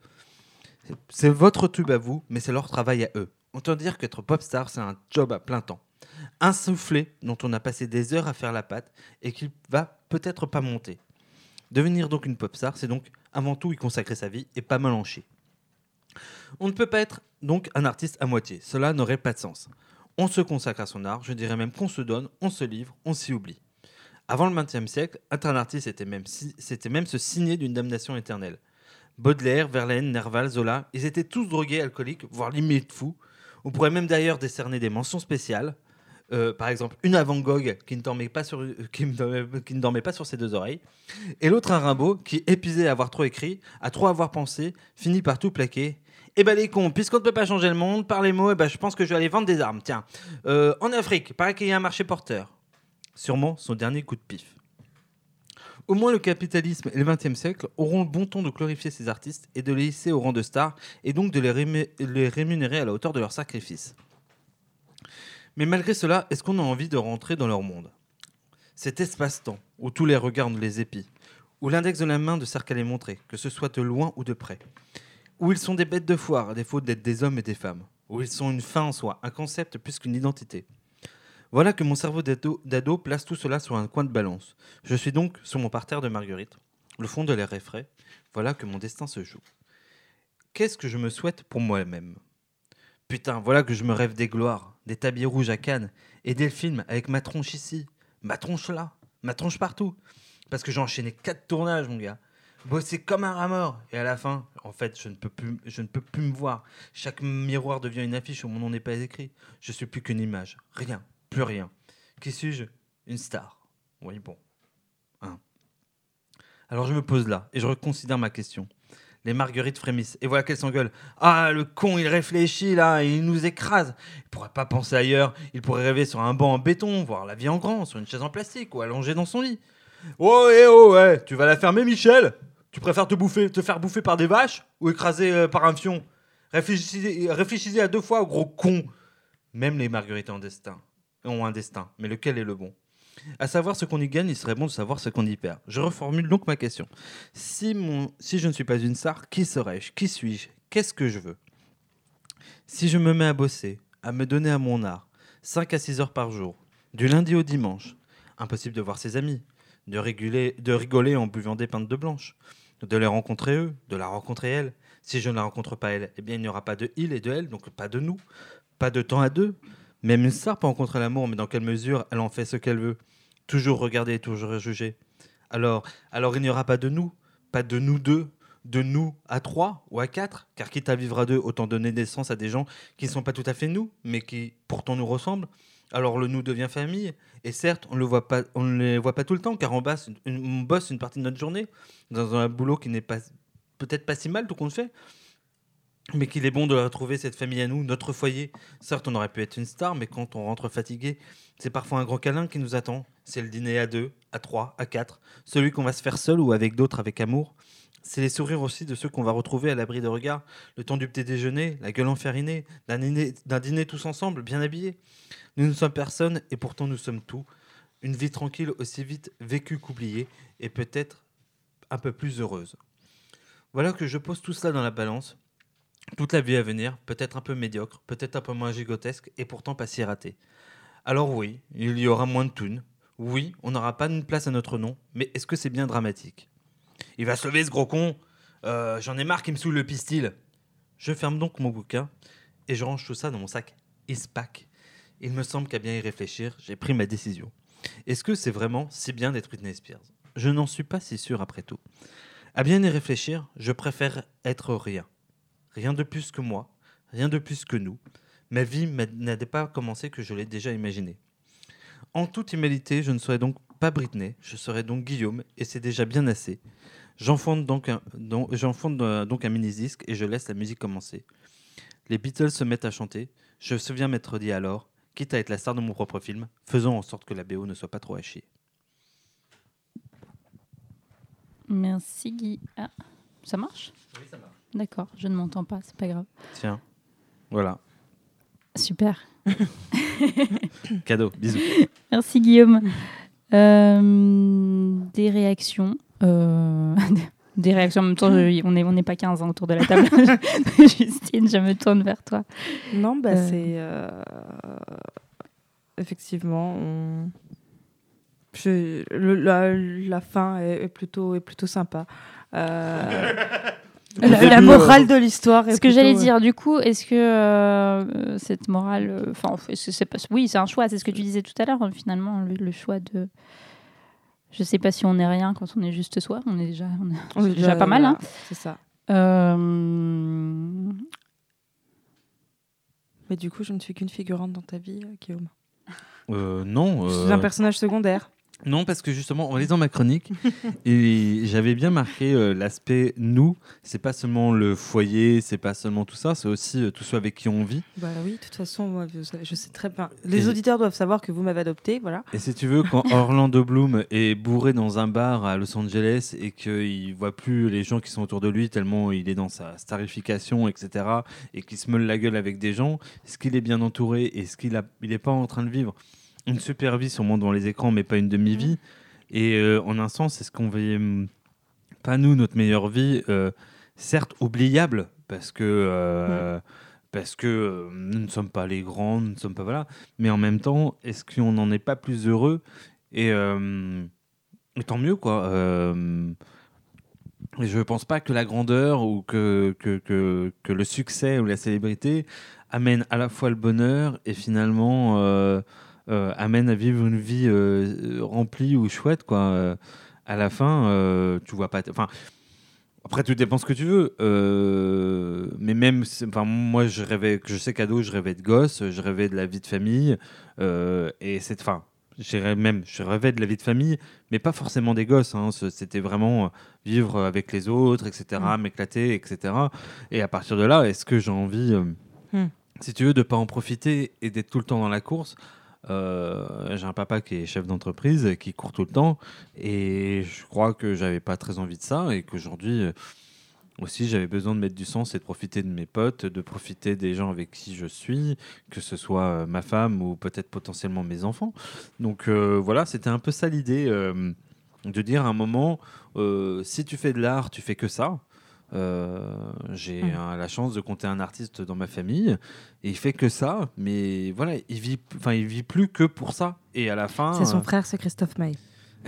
C'est votre tube à vous, mais c'est leur travail à eux. Autant dire qu'être pop star, c'est un job à plein temps. Un soufflet dont on a passé des heures à faire la pâte et qui va peut-être pas monter. Devenir donc une pop star, c'est donc avant tout y consacrer sa vie et pas mal en chier. On ne peut pas être donc un artiste à moitié, cela n'aurait pas de sens. On se consacre à son art, je dirais même qu'on se donne, on se livre, on s'y oublie. Avant le vingtième siècle, être un artiste c'était même, c'était même se signer d'une damnation éternelle. Baudelaire, Verlaine, Nerval, Zola, ils étaient tous drogués, alcooliques, voire limite fous. On pourrait même d'ailleurs décerner des mentions spéciales. Euh, par exemple, une à Van Gogh qui ne dormait pas sur, qui ne dormait, qui ne dormait pas sur ses deux oreilles, et l'autre à Rimbaud qui, épuisé à avoir trop écrit, à trop avoir pensé, finit par tout plaquer. Eh ben les cons, puisqu'on ne peut pas changer le monde par les mots, eh ben je pense que je vais aller vendre des armes. Tiens, euh, en Afrique, paraît qu'il y a un marché porteur. sûrement son dernier coup de pif. Au moins le capitalisme et le vingtième siècle auront le bon ton de glorifier ces artistes et de les hisser au rang de stars et donc de les, rému- les rémunérer à la hauteur de leurs sacrifices. Mais malgré cela, est-ce qu'on a envie de rentrer dans leur monde ? Cet espace-temps où tous les regards nous les épient, où l'index de la main ne sert qu'à les montrer, que ce soit de loin ou de près, où ils sont des bêtes de foire à défaut d'être des hommes et des femmes, où ils sont une fin en soi, un concept plus qu'une identité. Voilà que mon cerveau d'ado, d'ado place tout cela sur un coin de balance. Je suis donc sur mon parterre de marguerite, le fond de l'air est frais. Voilà que mon destin se joue. Qu'est-ce que je me souhaite pour moi-même ? Putain, voilà que je me rêve des gloires, des tabliers rouges à Cannes, et des films avec ma tronche ici, ma tronche là, ma tronche partout. Parce que j'ai enchaîné quatre tournages, mon gars. Bossé comme un rat mort. Et à la fin, en fait, je ne peux plus, je ne peux plus me voir. Chaque miroir devient une affiche où mon nom n'est pas écrit. Je suis plus qu'une image. Rien. Plus rien. Qui suis-je ? Une star. Oui, bon. Hein. Alors je me pose là et je reconsidère ma question. Les marguerites frémissent. Et voilà qu'elles s'engueulent. Ah, le con, il réfléchit là, et il nous écrase. Il pourrait pas penser ailleurs. Il pourrait rêver sur un banc en béton, voir la vie en grand, sur une chaise en plastique ou allongé dans son lit. Oh, eh oh, ouais, tu vas la fermer, Michel ? Tu préfères te, bouffer, te faire bouffer par des vaches ou écraser euh, par un fion ? Réfléchissez, réfléchissez à deux fois, gros con. Même les marguerites ont un destin. ont un destin, mais lequel est le bon ? À savoir ce qu'on y gagne, il serait bon de savoir ce qu'on y perd. Je reformule donc ma question. Si, mon, si je ne suis pas une star, qui serais-je ? Qui suis-je ? Qu'est-ce que je veux ? Si je me mets à bosser, à me donner à mon art, cinq à six heures par jour, du lundi au dimanche, impossible de voir ses amis, de, réguler, de rigoler en buvant des pintes de blanche, de les rencontrer eux, de la rencontrer elle. Si je ne la rencontre pas elle, eh bien il n'y aura pas de il et de elle, donc pas de nous, pas de temps à deux. Même une star peut rencontrer l'amour, mais dans quelle mesure elle en fait ce qu'elle veut ? Toujours regarder, toujours juger. Alors, alors il n'y aura pas de nous, pas de nous deux, de nous à trois ou à quatre, car quitte à vivre à deux, autant donner naissance à des gens qui ne sont pas tout à fait nous, mais qui pourtant nous ressemblent. Alors le nous devient famille, et certes, on le voit pas, on ne les voit pas tout le temps, car on bosse, une, on bosse une partie de notre journée dans un boulot qui n'est pas, peut-être pas si mal tout compte fait, mais qu'il est bon de retrouver cette famille à nous, notre foyer. Certes, on aurait pu être une star, mais quand on rentre fatigué, c'est parfois un grand câlin qui nous attend. C'est le dîner à deux, à trois, à quatre, celui qu'on va se faire seul ou avec d'autres avec amour. C'est les sourires aussi de ceux qu'on va retrouver à l'abri de regard, le temps du petit déjeuner, la gueule enfarinée, d'un dîner, d'un dîner tous ensemble, bien habillés. Nous ne sommes personne et pourtant nous sommes tout. Une vie tranquille aussi vite vécue qu'oubliée et peut-être un peu plus heureuse. Voilà que je pose tout cela dans la balance. Toute la vie à venir, peut-être un peu médiocre, peut-être un peu moins gigotesque et pourtant pas si ratée. Alors oui, il y aura moins de thunes. Oui, on n'aura pas une place à notre nom, mais est-ce que c'est bien dramatique ? Il va se lever ce gros con, euh, j'en ai marre qu'il me saoule le pistil. Je ferme donc mon bouquin et je range tout ça dans mon sac Ispac. Il me semble qu'à bien y réfléchir, j'ai pris ma décision. Est-ce que c'est vraiment si bien d'être Britney Spears ? Je n'en suis pas si sûr après tout. À bien y réfléchir, je préfère être rien. Rien de plus que moi, rien de plus que nous. Ma vie n'a pas commencé que je l'ai déjà imaginé. En toute humilité, je ne serai donc pas Britney, je serai donc Guillaume, et c'est déjà bien assez. J'enfonce donc un, donc, j'enfonce donc un mini-disque et je laisse la musique commencer. Les Beatles se mettent à chanter. Je me souviens m'être dit alors, quitte à être la star de mon propre film, faisons en sorte que la B O ne soit pas trop à chier. Merci Guy. Ah, ça marche ? Oui, ça marche. D'accord, je ne m'entends pas, c'est pas grave. Tiens, voilà. Super. Cadeau, bisous. Merci Guillaume. Euh, des réactions. Euh, des réactions en même temps, je, on n'est on est pas quinze hein, autour de la table. Justine, je me tourne vers toi. Non, bah Euh. c'est... euh, Effectivement, on... je... le- la, la fin est, est plutôt, est plutôt sympa. Euh, La, la morale de l'histoire est Ce que plutôt, j'allais euh, dire, du coup, est-ce que euh, cette morale, enfin, euh, est-ce que c'est pas, oui, c'est un choix, c'est ce que tu disais tout à l'heure, finalement, le, le choix de, je sais pas si on est rien quand on est juste soi, on est déjà, on est, on est c'est déjà pas mal, voilà, hein. C'est ça. Euh, Mais du coup, je ne suis qu'une figurante dans ta vie, euh, Guillaume. Euh, non. Je euh, suis un personnage secondaire. Non, parce que justement, en lisant ma chronique, et j'avais bien marqué euh, l'aspect nous. C'est pas seulement le foyer, c'est pas seulement tout ça, c'est aussi euh, tous ceux avec qui on vit. Bah oui, de toute façon, moi, je, je sais très bien. Les Et- auditeurs doivent savoir que vous m'avez adopté, voilà. Et si tu veux, quand Orlando Bloom est bourré dans un bar à Los Angeles et qu'il voit plus les gens qui sont autour de lui tellement il est dans sa starification, et cetera, et qu'il se meule la gueule avec des gens, est-ce qu'il est bien entouré? Est-ce qu'il a, il est pas en train de vivre une super vie sûrement devant les écrans, mais pas une demi-vie? Et euh, en un sens, est-ce qu'on veut hum, pas nous notre meilleure vie, euh, certes oubliable, parce que euh, parce que euh, nous ne sommes pas les grands, nous ne sommes pas voilà, mais en même temps, est-ce qu'on n'en est pas plus heureux? Et, euh, et tant mieux quoi. Euh, et je pense pas que la grandeur ou que, que, que, que le succès ou la célébrité amène à la fois le bonheur et finalement euh, euh, amène à vivre une vie euh, remplie ou chouette quoi. Euh, à la fin, euh, tu vois pas. t- Enfin, après, tout dépend ce que tu veux. Euh, mais même, c'est- enfin, moi, je rêvais, je sais qu'ado, je rêvais de gosse, je rêvais de la vie de famille. Euh, et c'est, enfin, j'ai rêvé- même, je rêvais de la vie de famille, mais pas forcément des gosses. Hein. Ce- C'était vraiment euh, vivre avec les autres, et cetera, m'éclater, et cetera. Et à partir de là, est-ce que j'ai envie, euh, Mm. si tu veux, de pas en profiter et d'être tout le temps dans la course? Euh, j'ai un papa qui est chef d'entreprise, qui court tout le temps, et je crois que j'avais pas très envie de ça, et qu'aujourd'hui euh, aussi j'avais besoin de mettre du sens et de profiter de mes potes, de profiter des gens avec qui je suis, que ce soit euh, ma femme ou peut-être potentiellement mes enfants. Donc euh, voilà, c'était un peu ça l'idée, euh, de dire à un moment, euh, si tu fais de l'art, tu fais que ça. Euh, j'ai Mhm. euh, la chance de compter un artiste dans ma famille et il fait que ça, mais voilà, il vit, enfin, il vit plus que pour ça. Et à la fin, C'est son euh, frère, c'est Christophe Maé.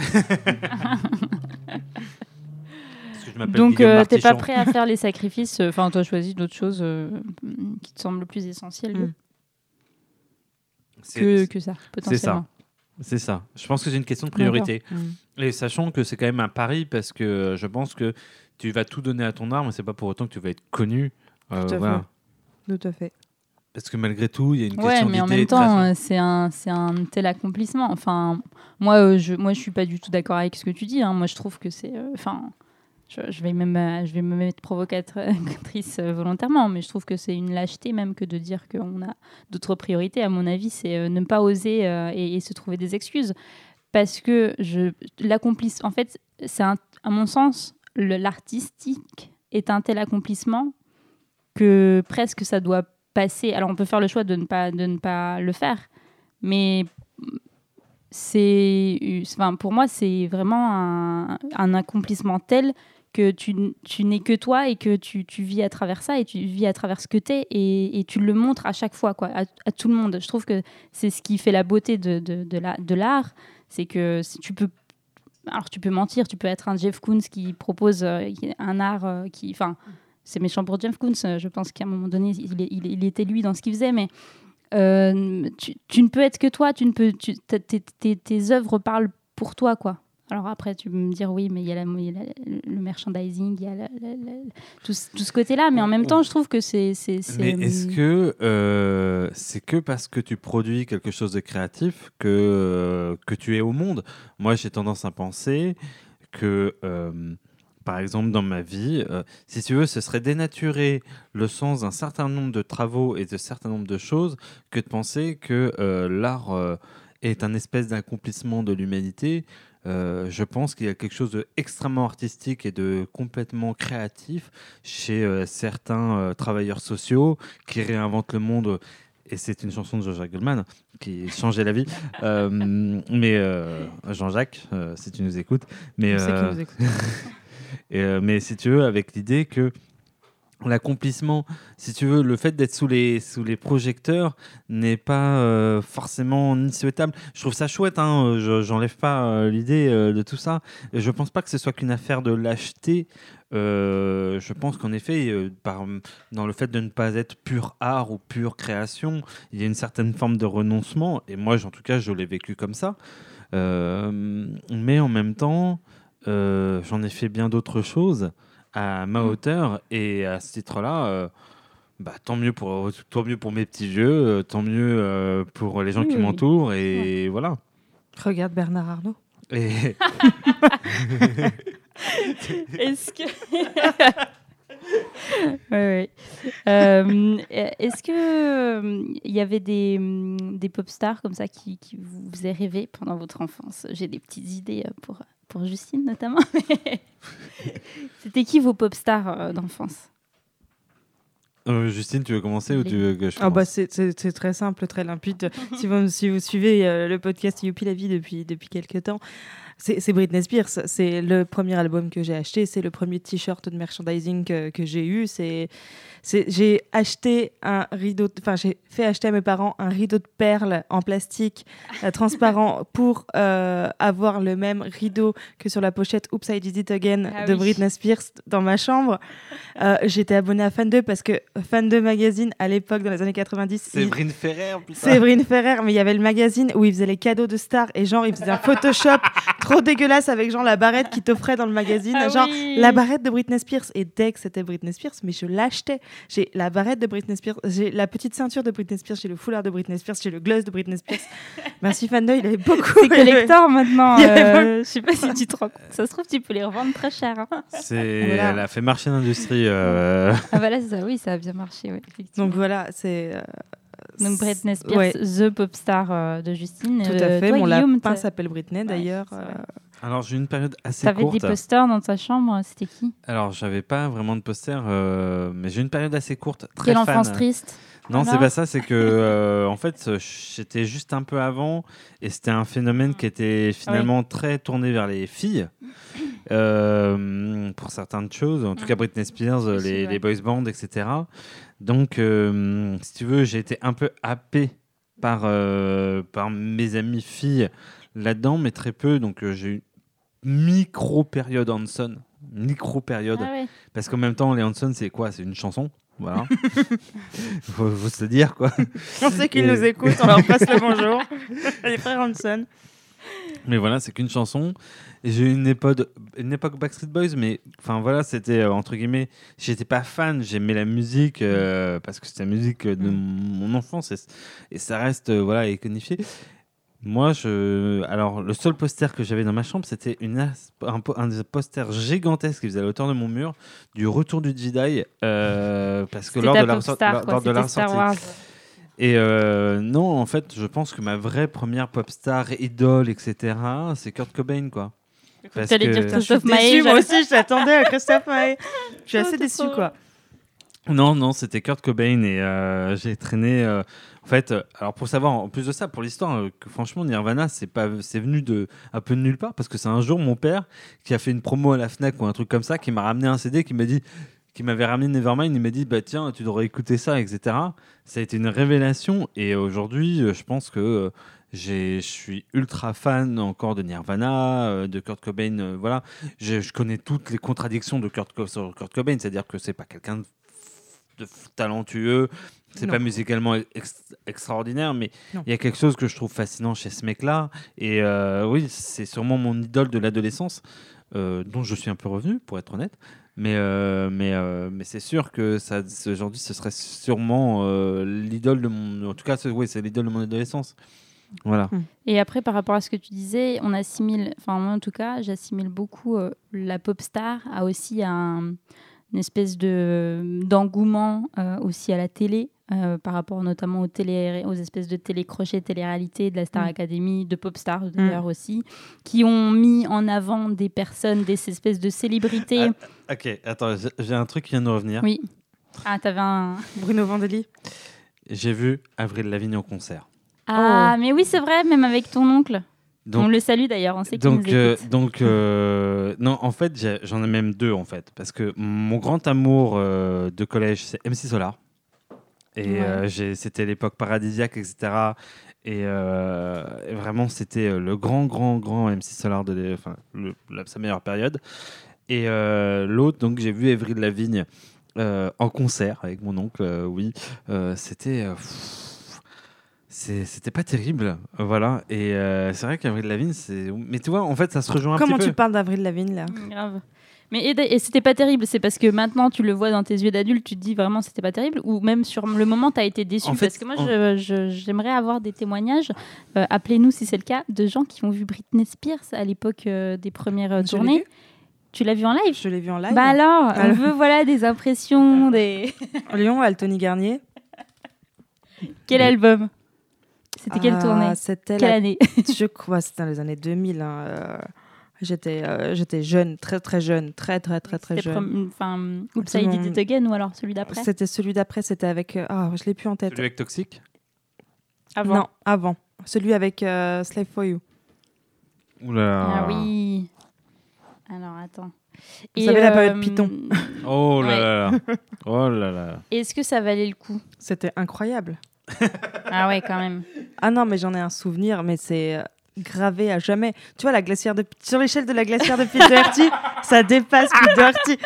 parce que je m'appelle Donc, Guillaume euh, t'es pas Martichon. prêt à faire les sacrifices. Enfin, tu as choisi d'autres choses euh, qui te semblent plus essentielles Mm. C'est- que, que ça, potentiellement. C'est ça. Je pense que c'est une question de priorité. Mm. Et sachant que c'est quand même un pari parce que je pense que tu vas tout donner à ton art, mais c'est pas pour autant que tu vas être connu. Euh, Tout à voilà. fait. Tout à fait. Parce que malgré tout, il y a une Ouais, question mais en d'idée même et de création. temps, euh, c'est un, c'est un tel accomplissement. Enfin, moi, euh, je, moi, je suis pas du tout d'accord avec ce que tu dis. Hein. Moi, je trouve que c'est, euh, enfin, je, je vais même, euh, je vais me mettre provocatrice euh, volontairement, mais je trouve que c'est une lâcheté même que de dire qu'on a d'autres priorités. À mon avis, c'est euh, ne pas oser euh, et, et se trouver des excuses, parce que je l'accomplissement. En fait, c'est un- à mon sens, le- l'artistique est un tel accomplissement que presque ça doit passer. Alors on peut faire le choix de ne pas, de ne pas le faire, mais c'est, enfin, pour moi, c'est vraiment un, un accomplissement tel que tu, tu n'es que toi et que tu, tu vis à travers ça et tu vis à travers ce que tu es et, et tu le montres à chaque fois, quoi, à, à tout le monde. Je trouve que c'est ce qui fait la beauté de, de, de, la, de l'art, c'est que si tu peux alors tu peux mentir, tu peux être un Jeff Koons qui propose euh, un art euh, qui, enfin, c'est méchant pour Jeff Koons. euh, Je pense qu'à un moment donné, il, est- il, est- il était lui dans ce qu'il faisait, mais euh, tu, tu ne peux être que toi. Tu ne peux, tu, t'as- tes, tes, tes œuvres parlent pour toi, quoi. Alors après, tu peux me dire oui, mais il y a, la, il y a la- le merchandising, il y a la- la- la- tout, ce- tout ce côté-là, mais en même temps, je trouve que c'est, c'est, c'est, Mais est-ce que euh, c'est que parce que tu produis quelque chose de créatif que, euh, que tu es au monde? Moi, j'ai tendance à penser que, euh, par exemple, dans ma vie, euh, si tu veux, ce serait dénaturer le sens d'un certain nombre de travaux et de certain nombre de choses que de penser que euh, l'art euh, est un espèce d'accomplissement de l'humanité. Euh, je pense qu'il y a quelque chose d'extrêmement artistique et de complètement créatif chez euh, certains euh, travailleurs sociaux qui réinventent le monde. Et c'est une chanson de Jean-Jacques Goldman qui changeait la vie. Euh, mais euh, Jean-Jacques, euh, si tu nous écoutes. Mais, On sait euh, qu'il nous écoute. et, euh, mais si tu veux, avec l'idée que l'accomplissement, si tu veux, le fait d'être sous les, sous les projecteurs n'est pas euh, forcément ni souhaitable. Je trouve ça chouette, hein, je, j'enlève pas euh, l'idée euh, de tout ça. Et je pense pas que ce soit qu'une affaire de lâcheté. Euh, je pense qu'en effet, euh, par, dans le fait de ne pas être pur art ou pure création, il y a une certaine forme de renoncement. Et moi, en tout cas, je l'ai vécu comme ça. Euh, mais en même temps, euh, j'en ai fait bien d'autres choses à ma hauteur et à ce titre-là, euh, bah, tant mieux pour tant mieux pour mes petits vieux, euh, tant mieux euh, pour les gens Oui, qui oui, oui. m'entourent et voilà. Regarde Bernard Arnault. Et Est-ce que. Ouais, ouais. Euh, est-ce que il y avait des, des pop stars comme ça qui, qui vous faisaient rêver pendant votre enfance? J'ai des petites idées pour, pour Justine notamment. C'était qui vos pop stars euh, d'enfance? euh, Justine, tu veux commencer ou tu veux que je Ah bah commence? c'est, c'est, c'est très simple, très limpide. si, vous, si vous suivez euh, le podcast Youpi la vie depuis, depuis quelques temps, c'est, c'est Britney Spears. C'est le premier album que j'ai acheté. C'est le premier t-shirt de merchandising que, que j'ai eu. C'est, c'est, j'ai acheté un rideau, enfin j'ai fait acheter à mes parents un rideau de perles en plastique euh, transparent pour euh, avoir le même rideau que sur la pochette Oops I Did It Again Ah de oui. Britney Spears dans ma chambre. Euh, j'étais abonnée à Fan deux parce que Fan deux magazine à l'époque dans les années quatre-vingt-dix. C'est il- Bryn Ferrer, putain. Séverine Ferrer, mais il y avait le magazine où il faisait les cadeaux de stars et genre il faisait un Photoshop trop dégueulasse avec genre la barrette qu'il t'offrait dans le magazine, Ah genre oui. la barrette de Britney Spears. Et dès que c'était Britney Spears, mais je l'achetais. J'ai la barrette de Britney Spears, j'ai la petite ceinture de Britney Spears, j'ai le foulard de Britney Spears, j'ai le gloss de Britney Spears. Merci Fan deux, il avait beaucoup. C'est collector maintenant. Il y avait euh, je sais pas si tu te rends compte. Ça se trouve, tu peux les revendre très cher. hein. C'est... Voilà. Elle a fait marcher l'industrie. euh, Ah voilà, c'est ça. Oui, ça a bien marché. Ouais, effectivement. Donc voilà, c'est. euh, Donc Britney Spears, ouais, the pop star euh, de Justine. tout à Euh, fait. toi, Mon Guillaume, lapin t'as- s'appelle Britney d'ailleurs. c'est vrai. euh, Alors, j'ai eu une période assez T'avais courte. des posters dans ta chambre, c'était qui? Alors, j'avais pas vraiment de poster, euh, mais j'ai eu une période assez courte. Très Quelle fan. enfance triste. Non, c'est Alors pas ça, c'est que euh, en fait, j'étais juste un peu avant et c'était un phénomène qui était finalement très tourné vers les filles euh, pour certaines choses, en tout cas Britney Spears, Aussi, les, ouais. les boys bands, et cetera. Donc, euh, si tu veux, j'ai été un peu happé par, euh, par mes amies filles là-dedans, mais très peu. Donc, euh, j'ai eu une micro-période Hanson, micro-période. Ah ouais. Parce qu'en même temps, les Hanson, c'est quoi? C'est une chanson. Voilà. faut, faut se le dire, quoi. On sait qu'ils Et- nous écoutent, on leur passe le bonjour. Les frères Hanson. Mais voilà, c'est qu'une chanson. Et j'ai eu une époque, une époque Backstreet Boys, mais enfin voilà, c'était euh, entre guillemets, j'étais pas fan, j'aimais la musique euh, parce que c'était la musique de Mm. mon enfance et, et ça reste euh, voilà iconifié. Moi, je, alors le seul poster que j'avais dans ma chambre, c'était une as- un, po- un poster gigantesque qui faisait à la hauteur de mon mur du Retour du Jedi euh, parce que C'était lors ta de la pop resor- star, lors- quoi. lors de la C'était Star ressortie. Wars. Et euh, non, en fait, je pense que ma vraie première pop star, idole, et cetera, c'est Kurt Cobain, quoi. Parce T'allais que- dire Je suis Christophe déçue, Maé. moi j'avais- aussi, je t'attendais à Christophe Maé. Je suis Oh, assez c'est déçue, trop quoi. Non, non, c'était Kurt Cobain et euh, j'ai traîné. euh, en fait, euh, alors pour savoir, en plus de ça, pour l'histoire, euh, que franchement, Nirvana, c'est pas, c'est venu de un peu de nulle part parce que c'est un jour mon père qui a fait une promo à la Fnac ou un truc comme ça, qui m'a ramené un C D, qui m'a dit, qui m'avait ramené Nevermind, il m'a dit, bah tiens, tu devrais écouter ça, et cetera. Ça a été une révélation et aujourd'hui, euh, je pense que euh, j'ai, je suis ultra fan encore de Nirvana, euh, de Kurt Cobain. euh, voilà, je, je connais toutes les contradictions de Kurt, Co- sur Kurt Cobain, c'est-à-dire que c'est pas quelqu'un de de f- talentueux, c'est Non. pas musicalement ex- extraordinaire, mais Non. il y a quelque chose que je trouve fascinant chez ce mec-là. Et euh, oui, c'est sûrement mon idole de l'adolescence, euh, dont je suis un peu revenu, pour être honnête. Mais, euh, mais, euh, mais c'est sûr que ça, aujourd'hui, ce serait sûrement euh, l'idole de mon. En tout cas, c'est, oui, c'est l'idole de mon adolescence. Voilà. Et après, par rapport à ce que tu disais, on assimile, enfin moi en tout cas, j'assimile beaucoup euh, la pop star à aussi un, une espèce de d'engouement euh, aussi à la télé, euh, par rapport notamment aux, télé, aux espèces de télé-crochets, télé-réalité, de la Star Mm. Academy, de pop stars d'ailleurs aussi, qui ont mis en avant des personnes, des espèces de célébrités. Ok, attends, j'ai- j'ai un truc qui vient de revenir. Oui. Ah, t'avais un... Bruno Vandelli. J'ai vu Avril Lavigne en concert. Ah, mais oui, c'est vrai, même avec ton oncle. Donc, On le salue d'ailleurs, on sait qu'il Donc, nous euh, écoute. donc euh, non, en fait, j'ai- j'en ai même deux, en fait. Parce que mon grand amour euh, de collège, c'est M C Solar. Et Ouais. euh, j'ai- c'était l'époque paradisiaque, et cetera. Et, euh, et vraiment, c'était euh, le grand, grand, grand M C Solar de l'é- enfin, le- la- sa meilleure période. Et euh, l'autre, donc, j'ai vu Avril Lavigne euh, en concert avec mon oncle, euh, oui. Euh, c'était. euh, pff, c'est- C'était pas terrible, euh, voilà. Et euh, c'est vrai qu'Avril Lavigne, c'est. Mais tu vois, en fait, ça se rejoint un Comment petit tu peu. parles d'Avril Lavigne, là? Mm, Grave. Mais et, et c'était pas terrible, c'est parce que maintenant tu le vois dans tes yeux d'adulte, tu te dis vraiment c'était pas terrible, ou même sur le moment t'as été déçu. En fait, parce que moi en- je, je- j'aimerais avoir des témoignages, euh, appelez-nous si c'est le cas, de gens qui ont vu Britney Spears à l'époque euh, des premières euh, Je l'ai tournées. vu. Tu l'as vu en live? Je l'ai vu en live. Bah alors, on Alors. veut voilà des impressions, des... Lyon, Altony Garnier. Quel album? C'était quelle Ah, tournée? C'était Quelle la... année? Je crois c'était dans les années deux mille. hein, euh, J'étais, euh, j'étais jeune, très très jeune, très très très très C'était jeune. prom- Enfin, Oops, C'est I mon- Did It Again ou alors celui d'après? C'était celui d'après, c'était avec. euh, Ah, je l'ai plus en tête. Celui avec Toxic. Avant. Non, avant. Celui avec euh, Slave for You. Ouh là là. Ah oui. Alors attends. Vous savez, la période Python. Oh là Ouais. là là. Oh là là. Est-ce que ça valait le coup? C'était incroyable. Ah ouais, quand même. Ah non, mais j'en ai un souvenir, mais c'est euh, gravé à jamais. Tu vois, la glacière de... sur l'échelle de la glacière de Pete Doherty, ça dépasse Pete Doherty.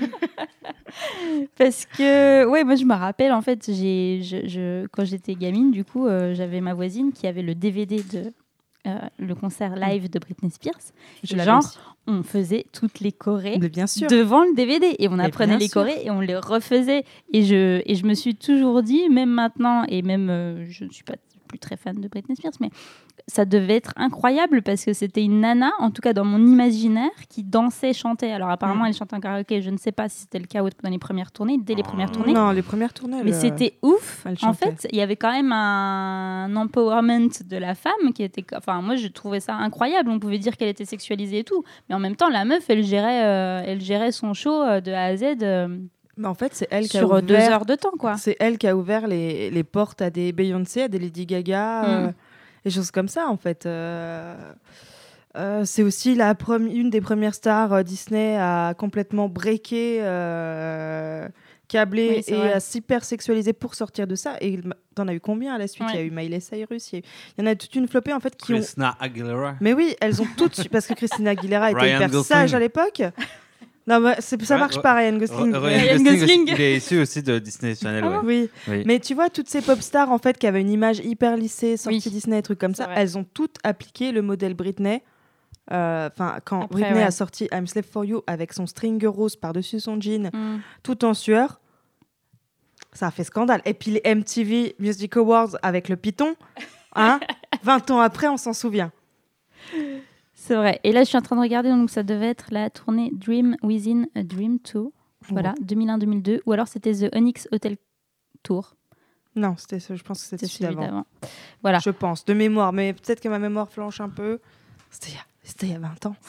Parce que, ouais, moi je me rappelle, en fait, j'ai, je, je- quand j'étais gamine, du coup, euh, j'avais ma voisine qui avait le D V D de euh, le concert live de Britney Spears. Je Et l'avais genre, aussi. on faisait toutes les chorés Mais bien sûr. devant le D V D et on Mais apprenait bien les sûr. chorés et on les refaisait. Et je, et je me suis toujours dit, même maintenant, et même euh, je ne suis pas plus très fan de Britney Spears, mais ça devait être incroyable parce que c'était une nana, en tout cas dans mon imaginaire, qui dansait, chantait. Alors apparemment, Mm. elle chantait en karaoké. Je ne sais pas si c'était le cas dans les premières tournées, dès les premières tournées. Non, les premières tournées. Mais elle, c'était ouf. elle En chantait. fait, il y avait quand même un empowerment de la femme qui était. Enfin, moi, je trouvais ça incroyable. On pouvait dire qu'elle était sexualisée et tout, mais en même temps, la meuf, elle gérait, euh, elle gérait son show euh, de A à Z euh, Mais en fait, c'est elle qui a sur euh, deux ouvert... heures de temps, quoi. C'est elle qui a ouvert les, les portes à des Beyoncé, à des Lady Gaga, euh, Mm. des choses comme ça, en fait. Euh, euh, c'est aussi la prom- une des premières stars euh, Disney à complètement breaker, euh, câblé Oui, c'est et vrai. à s'hyper sexualiser pour sortir de ça. Et il- t'en as eu combien à la suite? Il y a Ouais. eu Miley Cyrus, il y, a eu- il y en a toute une flopée, en fait, qui ont... Christina Aguilera. Mais oui, elles ont toutes su- parce que Christina Aguilera était Ryan hyper Gosling. sage à l'époque. Non, mais c'est- ça Ouais, marche ouais. pas, Ryan Gosling. Ryan Ryan Gosling, Gosling. aussi, il est issu aussi de Disney Channel. Ah ouais. Oui. Oui. Mais tu vois, toutes ces pop stars en fait qui avaient une image hyper lissée, sortie Oui. Disney, des trucs comme C'est ça, vrai. elles ont toutes appliqué le modèle Britney. Euh, Enfin, quand Après, Britney ouais. a sorti I'm Slave for You avec son string rose par-dessus son jean, Mm. tout en sueur, ça a fait scandale. Et puis les M T V Music Awards avec le Python, hein, vingt ans après, on s'en souvient. C'est vrai. Et là, je suis en train de regarder, donc ça devait être la tournée Dream Within a Dream Tour. Voilà, deux mille un deux mille deux. Ou alors c'était The Onyx Hotel Tour. Non, c'était, ce- je pense que c'était C'était celui celui d'avant. d'avant. Voilà. Je pense, de mémoire, mais peut-être que ma mémoire flanche un peu. C'était il y a, c'était il y a vingt ans.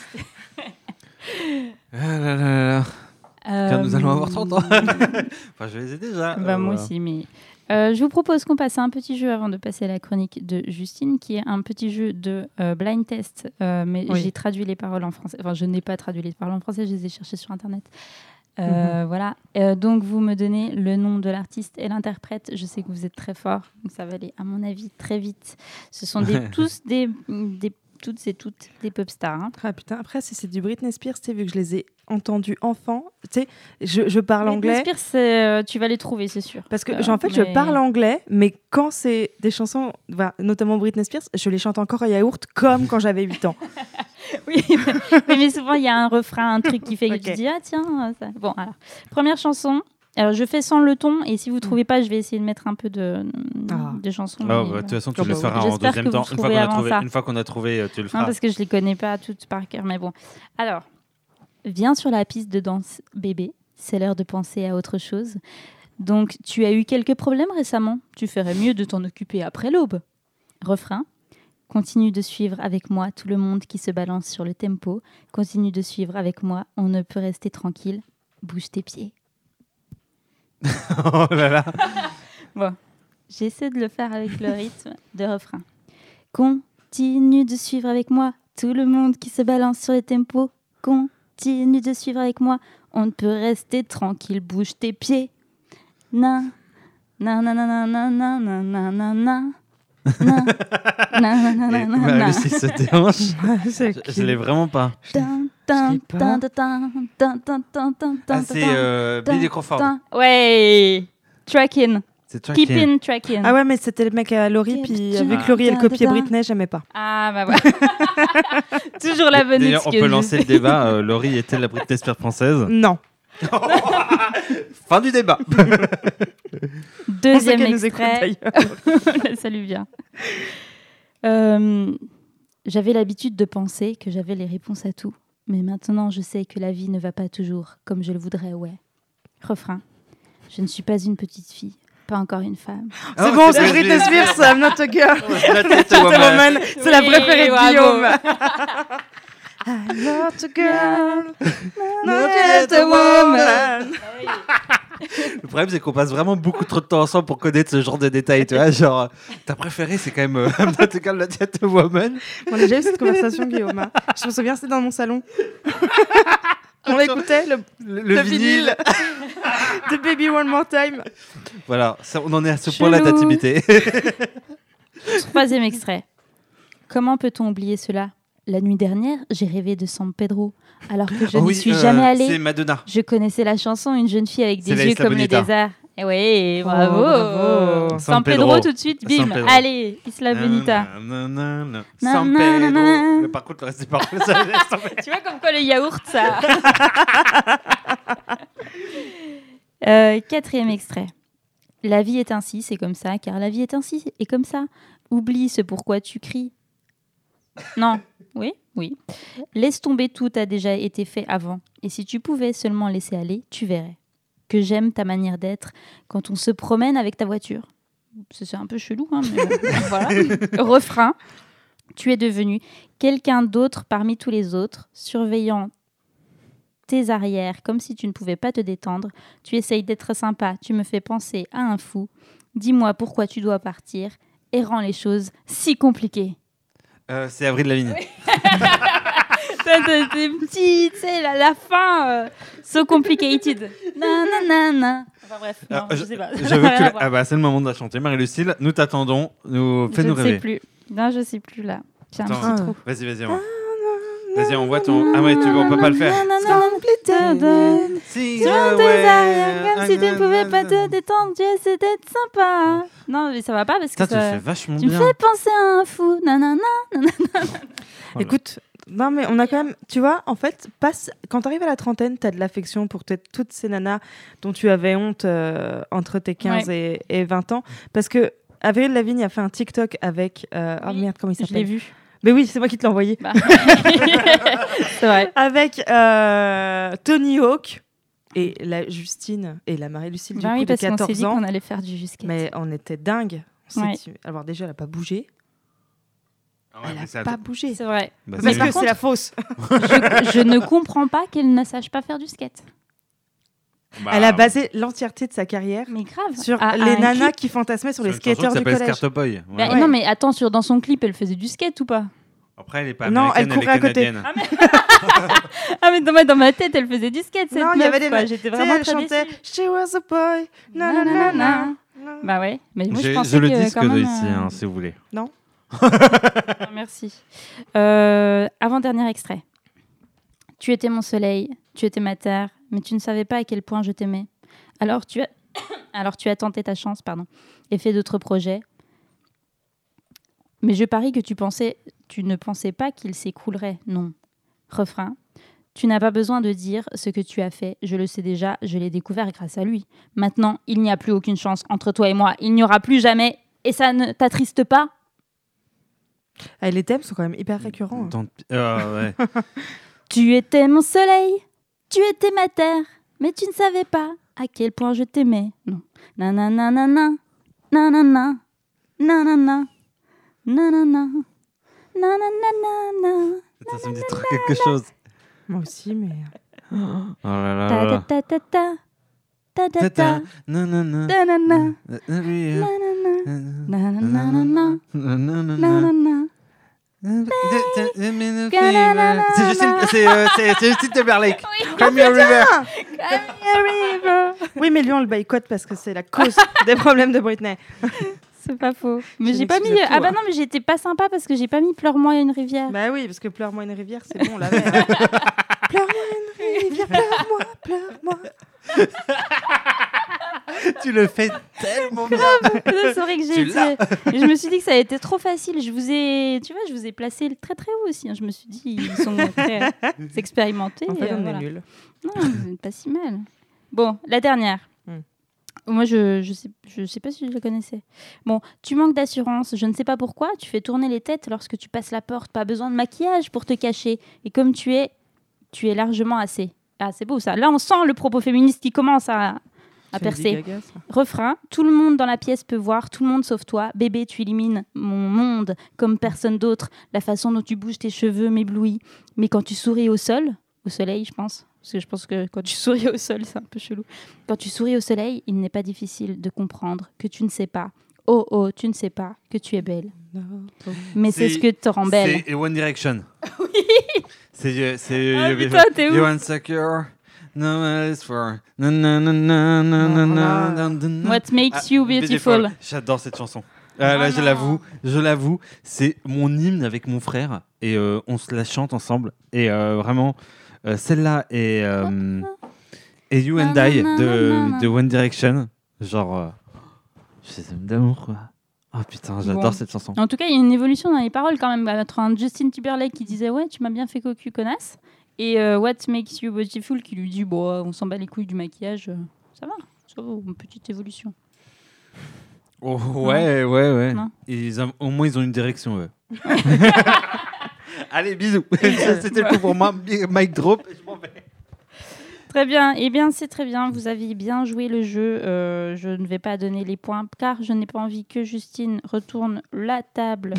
Ah là là là là. Car nous Euh, allons avoir trente ans. Enfin, je les ai déjà. Bah, euh, moi voilà. aussi, mais euh, je vous propose qu'on passe à un petit jeu avant de passer à la chronique de Justine, qui est un petit jeu de euh, blind test, euh, mais Oui. j'ai traduit les paroles en français. Enfin, je n'ai pas traduit les paroles en français, je les ai cherchées sur Internet. Euh, Voilà. Euh, donc, vous me donnez le nom de l'artiste et l'interprète. Je sais que vous êtes très fort, donc ça va aller, à mon avis, très vite. Ce sont des, tous des, des toutes et toutes des pop stars. Hein. Ah putain, après, si c'est du Britney Spears, tu sais, vu que je les ai entendus enfants, tu sais, je, je parle Britney anglais. Spears, c'est, euh, tu vas les trouver, c'est sûr. Parce que, Euh, genre, en fait, mais- je parle anglais, mais quand c'est des chansons, bah, notamment Britney Spears, je les chante encore à yaourt comme quand j'avais huit ans. Oui, oui, mais souvent il y a un refrain, un truc qui fait que Ok. tu dis ah tiens. euh, Ça... Bon alors première chanson. Alors je fais sans le ton et si vous trouvez pas, je vais essayer de mettre un peu de, Ah. de chansons. Ah, mais bah, voilà. de toute façon, tu Ah, le bah, feras en j'espère deuxième que vous temps. Une fois, trouverez qu'on a avant trouvé, ça. une fois qu'on a trouvé, euh, tu le Non, feras. parce que je les connais pas toutes par cœur, mais bon. Alors viens sur la piste de danse, bébé. C'est l'heure de penser à autre chose. Donc tu as eu quelques problèmes récemment. Tu ferais mieux de t'en occuper après l'aube. Refrain. Continue de suivre avec moi tout le monde qui se balance sur le tempo. Continue de suivre avec moi, on ne peut rester tranquille. Bouge tes pieds. Oh là là. Bon, j'essaie de le faire avec le rythme de refrain. Continue de suivre avec moi tout le monde qui se balance sur le tempo. Continue de suivre avec moi, on ne peut rester tranquille. Bouge tes pieds. Na, na, na, na, na, na, na, na, na, na, na. Na, na, na, na, Et na, ma na. Lucie se déhanche. C'est Je, je l'ai vraiment pas. Tan, tan, Je l'ai pas. tan, tan, tan, tan, tan, tan, tan, Ah, tan, c'est tan, euh, tan, Billy Crawford. tan. Ouais, Tracking. C'est Keep Tracking. in tracking. Ah ouais, mais c'était le mec à Laurie, puis Ah. vu que Laurie, elle copiait Britney, j'aimais pas. Ah bah voilà. Toujours la bonne D'ailleurs, excuse. on peut lancer le débat. euh, Laurie était la Britney Spears française. Non. Fin du débat. On Deuxième sait qu'elle nous écoute extrait. d'ailleurs. Ça lui vient. Euh, j'avais l'habitude de penser que j'avais les réponses à tout. Mais maintenant, je sais que la vie ne va pas toujours comme je le voudrais, ouais. Refrain. Je ne suis pas une petite fille, pas encore une femme. C'est Oh, bon, c'est c'est Britney Britney Spears, I'm not a girl. La tête Not a woman. woman. C'est la Oui, préférée de bravo. Guillaume. I'm not a girl, not yet a woman. Le problème, c'est qu'on passe vraiment beaucoup trop de temps ensemble pour connaître ce genre de détails. Tu vois, genre, ta préférée, c'est quand même euh, I'm not a girl, not yet a woman. On a déjà eu cette conversation, Guillaume. hein. Je me souviens, c'était dans mon salon. On écoutait le, Le, le le vinyle de Baby One More Time. Voilà, ça, on en est à ce Chelou. point-là d'intimité. Troisième extrait. Comment peut-on oublier cela? La nuit dernière, j'ai rêvé de San Pedro, alors que je Oh n'y oui, suis euh, jamais allée. C'est Madonna. Je connaissais la chanson Une jeune fille avec des C'est la yeux Isla comme Bonita. le désert. Et oui, bravo. bravo. San San Pedro, Pedro. tout de suite, San bim. Pedro. Allez, Isla Bonita. Nanana. Na, San na, na, Pedro. na. Mais par contre, le reste des paroles, ça San Pedro. Tu vois comme quoi le yaourt, ça. Euh, quatrième extrait. La vie est ainsi, c'est comme ça, car la vie est ainsi et comme ça. Oublie ce pourquoi tu cries. Non, oui, oui. Laisse tomber, tout a déjà été fait avant. Et si tu pouvais seulement laisser aller, tu verrais. Que j'aime ta manière d'être quand on se promène avec ta voiture. C'est c'est un peu chelou, hein, mais bon, voilà. Refrain. Tu es devenu quelqu'un d'autre parmi tous les autres, surveillant tes arrières comme si tu ne pouvais pas te détendre. Tu essayes d'être sympa, tu me fais penser à un fou. Dis-moi pourquoi tu dois partir et rends les choses si compliquées. Euh, c'est Avril Lavigne. T'es petit, tu sais, la, la fin, euh, so complicated. Nanana. Enfin bref, non, Ah, je je- sais pas. Je veux Rien que à tu- voir. Ah bah c'est le moment de la chanter. Marie-Lucille, nous t'attendons. Nous... Je Fais-nous ne sais rêver. plus. Non, je sais plus là. J'ai un Attends. petit trou. Vas-y, vas-y, on... vas-y, envoie ton. Ah ouais, tu... on peut pas le faire. Si Sur tes arrières, comme si tu ne pouvais pas te détendre, tu essaies d'être sympa. Non, mais ça va pas parce que Putain, tu le ça... fais vachement tu me bien. fais penser à un fou. Nanana. Voilà. Écoute, non mais on a quand même, tu vois, en fait, passe, quand tu arrives à la trentaine, tu as de l'affection pour peut-être toutes ces nanas dont tu avais honte euh, entre tes quinze et, et vingt ans. Parce que Avril Lavigne a fait un TikTok avec... euh, Oui, oh merde, comment il Je l'ai s'appelle? vu. Mais oui, c'est moi qui te l'ai envoyé. Bah. C'est vrai. Avec euh, Tony Hawk et la Justine et la Marie-Lucille du Bah coup oui, de parce qu'on s'est quatorze dit ans. qu'on allait faire du jusqu'à. Mais on était dingues. On s'est Ouais. dit- Alors déjà, elle n'a pas bougé. Ah ouais, Elle mais n'a ça- pas bougé. C'est vrai. Bah, Mais Parce par que c'est contre- la fausse. je, je ne comprends pas qu'elle ne sache pas faire du skate. Bah, Elle a basé l'entièreté de sa carrière Mais grave. sur À- à les un nanas clip. qui fantasmaient sur sur les une chanson skateurs qui du s'appelle collège. Scartoboy. Bah, Voilà. Ouais. Non, mais attends, sur, dans son clip, elle faisait du skate ou pas? Après, elle est pas Non, américaine, elle courait à côté. est canadienne. Ah, mais dans ma, dans ma tête, elle faisait du skate, cette Non, il y meuf, avait des quoi. meufs. J'étais Tu sais, vraiment elle très chantait déçue. She was a boy. Na, na, na, na. Bah ouais. Mais moi, je J'ai pensais j'ai le que disque quand de même, ici, euh, hein, si vous voulez. Ah, merci. Euh, avant-dernier extrait. Tu étais mon soleil, tu étais ma terre, mais tu ne savais pas à quel point je t'aimais. Alors tu as, alors tu as tenté ta chance, pardon, et fait d'autres projets. Mais je parie que tu pensais, tu ne pensais pas qu'il s'écroulerait. Non. Refrain. Tu n'as pas besoin de dire ce que tu as fait. Je le sais déjà, je l'ai découvert grâce à lui. Maintenant, il n'y a plus aucune chance entre toi et moi. Il n'y aura plus jamais. Et ça ne t'attriste pas? Ah, les thèmes sont quand même hyper récurrents. hein. Tant pis. Euh, ouais. Tu étais mon soleil, tu étais ma terre, mais tu ne savais pas à quel point je t'aimais. Non. Nanana, nanana, nanana, nanana, nanana, nanana. Ça, ça me dit trop quelque chose. Moi aussi, mais... Oh là là Ta là. ta ta ta ta ta ta Tata. ta Non, non, non. nanana, Euh, oui, euh, nanana, nanana, nanana. nanana. C'est Justine, c'est euh, c'est- c'est Justine Timberlake. Cry Me a River. Oui, mais lui, on le boycotte parce que c'est la cause des problèmes de Britney. C'est pas faux. Mais Je j'ai pas mis. m'excuse à tout, Ah bah hein. non, mais j'étais pas sympa parce que j'ai pas mis Pleure-moi une rivière. Bah oui, parce que Pleure-moi une rivière, c'est bon, on l'avait. hein. Pleure-moi une rivière, pleure-moi, pleure-moi. Tu le fais tellement bien. C'est vrai que j'ai Tu l'as. été... Et je me suis dit que ça a été trop facile. Je vous ai, tu vois, je vous ai placé très très haut aussi. hein. Je me suis dit, ils sont très expérimentés. En fait, euh, on voilà. est nuls. Non, vous n'êtes pas si mal. Bon, la dernière. Hmm. Moi, je je sais, je sais pas si je la connaissais. Bon, tu manques d'assurance. Je ne sais pas pourquoi. Tu fais tourner les têtes lorsque tu passes la porte. Pas besoin de maquillage pour te cacher. Et comme tu es, tu es largement assez. Ah, c'est beau ça. Là, on sent le propos féministe qui commence à, à C'est Lady percer. Gaga, ça. Refrain, tout le monde dans la pièce peut voir, tout le monde sauf toi. Bébé, tu élimines mon monde comme personne d'autre. La façon dont tu bouges tes cheveux m'éblouit. Mais quand tu souris au sol, au soleil, je pense, parce que je pense que quand tu souris au sol, c'est un peu chelou. Quand tu souris au soleil, il n'est pas difficile de comprendre que tu ne sais pas. Oh oh, tu ne sais pas que tu es belle. Mais c'est, C'est- ce que te rend belle. C'est One Direction. Oui. C'est c'est Ah, putain, t'es où? You insecure. No one is for. Na, na, na, na, na, na, na, na, na. What makes Ah, you beautiful? J'adore cette chanson. Ah, là, Oh je non. l'avoue, je l'avoue, c'est mon hymne avec mon frère et euh, on se la chante ensemble. Et euh, vraiment, euh, celle-là et, euh, et You and I de, de One Direction, genre, euh, je sais d'amour quoi. Oh putain, j'adore Bon. cette chanson. En tout cas, il y a une évolution dans les paroles quand même. Entre un Justin Timberlake qui disait ouais, tu m'as bien fait cocu connasse, et euh, What makes you beautiful qui lui dit bon, on s'en bat les couilles du maquillage, euh, ça va, ça va, une petite évolution. Oh, ouais, ouais, ouais. Non. Ils ont- au moins, ils ont une direction, eux. Allez, bisous. Ça, c'était le coup pour moi. Mic drop. Et je m'en vais. Très bien, eh bien c'est très bien, vous avez bien joué le jeu. Euh, je ne vais pas donner les points car je n'ai pas envie que Justine retourne la table.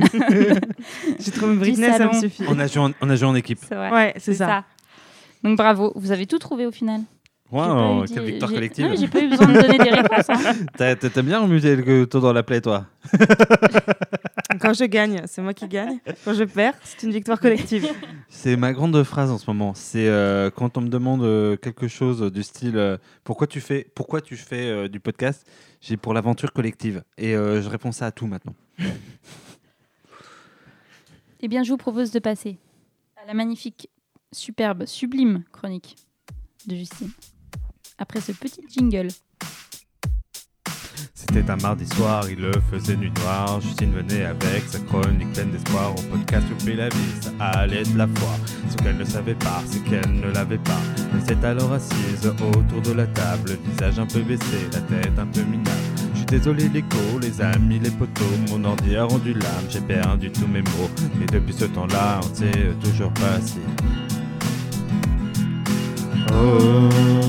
J'ai trouvé Du Britney, ça salon. me suffit. On a joué en, on a joué en équipe. C'est vrai. Ouais, c'est ça. Donc bravo, vous avez tout trouvé au final. J'ai pas Waouh, eu dit- quelle victoire j'ai- collective. Non, mais j'ai pas eu besoin de donner des réponses. hein. T'as t'as- t'as bien remué le taux dans la plaie, toi. Quand je gagne, c'est moi qui gagne. Quand je perds, c'est une victoire collective. C'est ma grande phrase en ce moment. C'est euh, quand on me demande euh, quelque chose du style euh, pourquoi tu fais, pourquoi tu fais euh, du podcast, j'ai pour l'aventure collective. Et euh, je réponds ça à tout maintenant. Eh bien, je vous propose de passer à la magnifique, superbe, sublime chronique de Justine. Après ce petit jingle. C'était un mardi soir, il le faisait nuit noire. Justine venait avec sa chronique pleine d'espoir. Au podcast Youpi la vie, ça allait de la foi. Ce qu'elle ne savait pas, c'est qu'elle ne l'avait pas. Elle s'est alors assise autour de la table, le visage un peu baissé, la tête un peu minable. Je suis désolé l'écho, les amis, les potos, mon ordi a rendu l'âme, j'ai perdu tous mes mots. Mais depuis ce temps-là, on s'est toujours pas assis. Oh,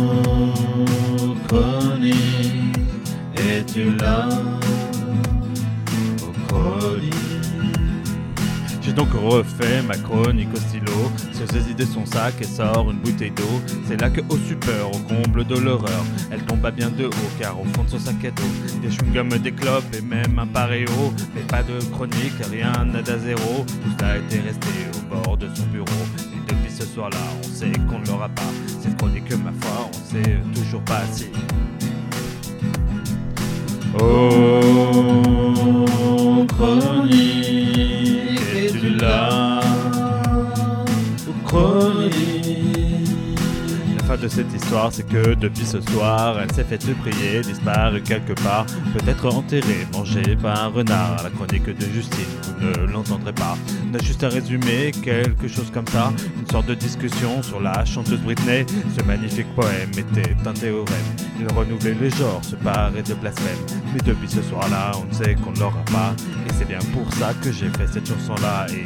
chronique, es-tu là? Oh, chronique. J'ai donc refait ma chronique au stylo. Se saisit de son sac et sort une bouteille d'eau. C'est là que, au super, au comble de l'horreur, elle tomba bien de haut, car au fond de son sac à dos, des chewing-gums, des clopes et même un paréo. Mais pas de chronique, rien, nada zéro. Tout ça était resté au bord de son bureau. Et depuis ce soir-là, on sait qu'on ne l'aura pas. Cette chronique, ma foi, on sait toujours pas si. Oh, chronique, es-tu là? Oh, chronique. La fin de cette histoire, c'est que depuis ce soir, elle s'est faite prier, disparue quelque part, peut-être enterrée, mangée par un renard. La chronique de Justine, vous ne l'entendrez pas. On a juste à résumer quelque chose comme ça, une sorte de discussion sur la chanteuse Britney. Ce magnifique poème était un théorème. Il renouvelait les genres, se parait de blasphème. Mais depuis ce soir-là, on ne sait qu'on ne l'aura pas. Et c'est bien pour ça que j'ai fait cette chanson-là. Et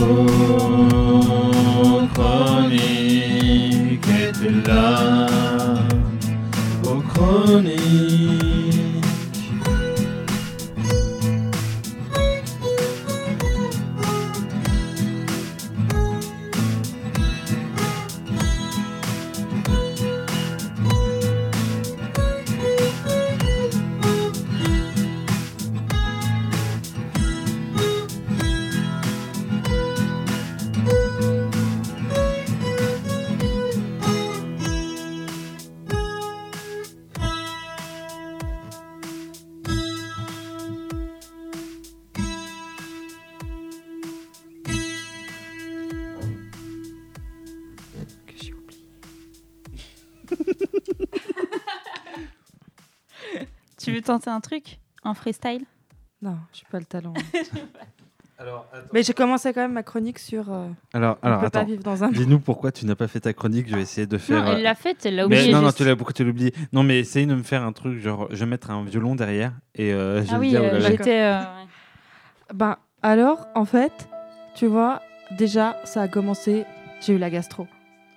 oh, chronique, es-tu là? Oh, chronique. Tu veux tenter un truc en freestyle? Non, je suis pas le talent. Alors, attends. Mais j'ai commencé quand même ma chronique sur. Euh, Alors, on alors peut pas attends. vivre dans un. Dis-nous pourquoi tu n'as pas fait ta chronique. Je vais essayer de faire. Non, elle euh, l'a faite, elle l'a Mais oublié. non, non, juste. tu l'as, pourquoi tu l'as oublié? Non, mais essaye de me faire un truc, genre, je vais mettre un violon derrière et euh, je Ah vais oui, dire. euh, oh là là. j'étais. euh, Ben alors, en fait, tu vois, déjà, ça a commencé. J'ai eu la gastro.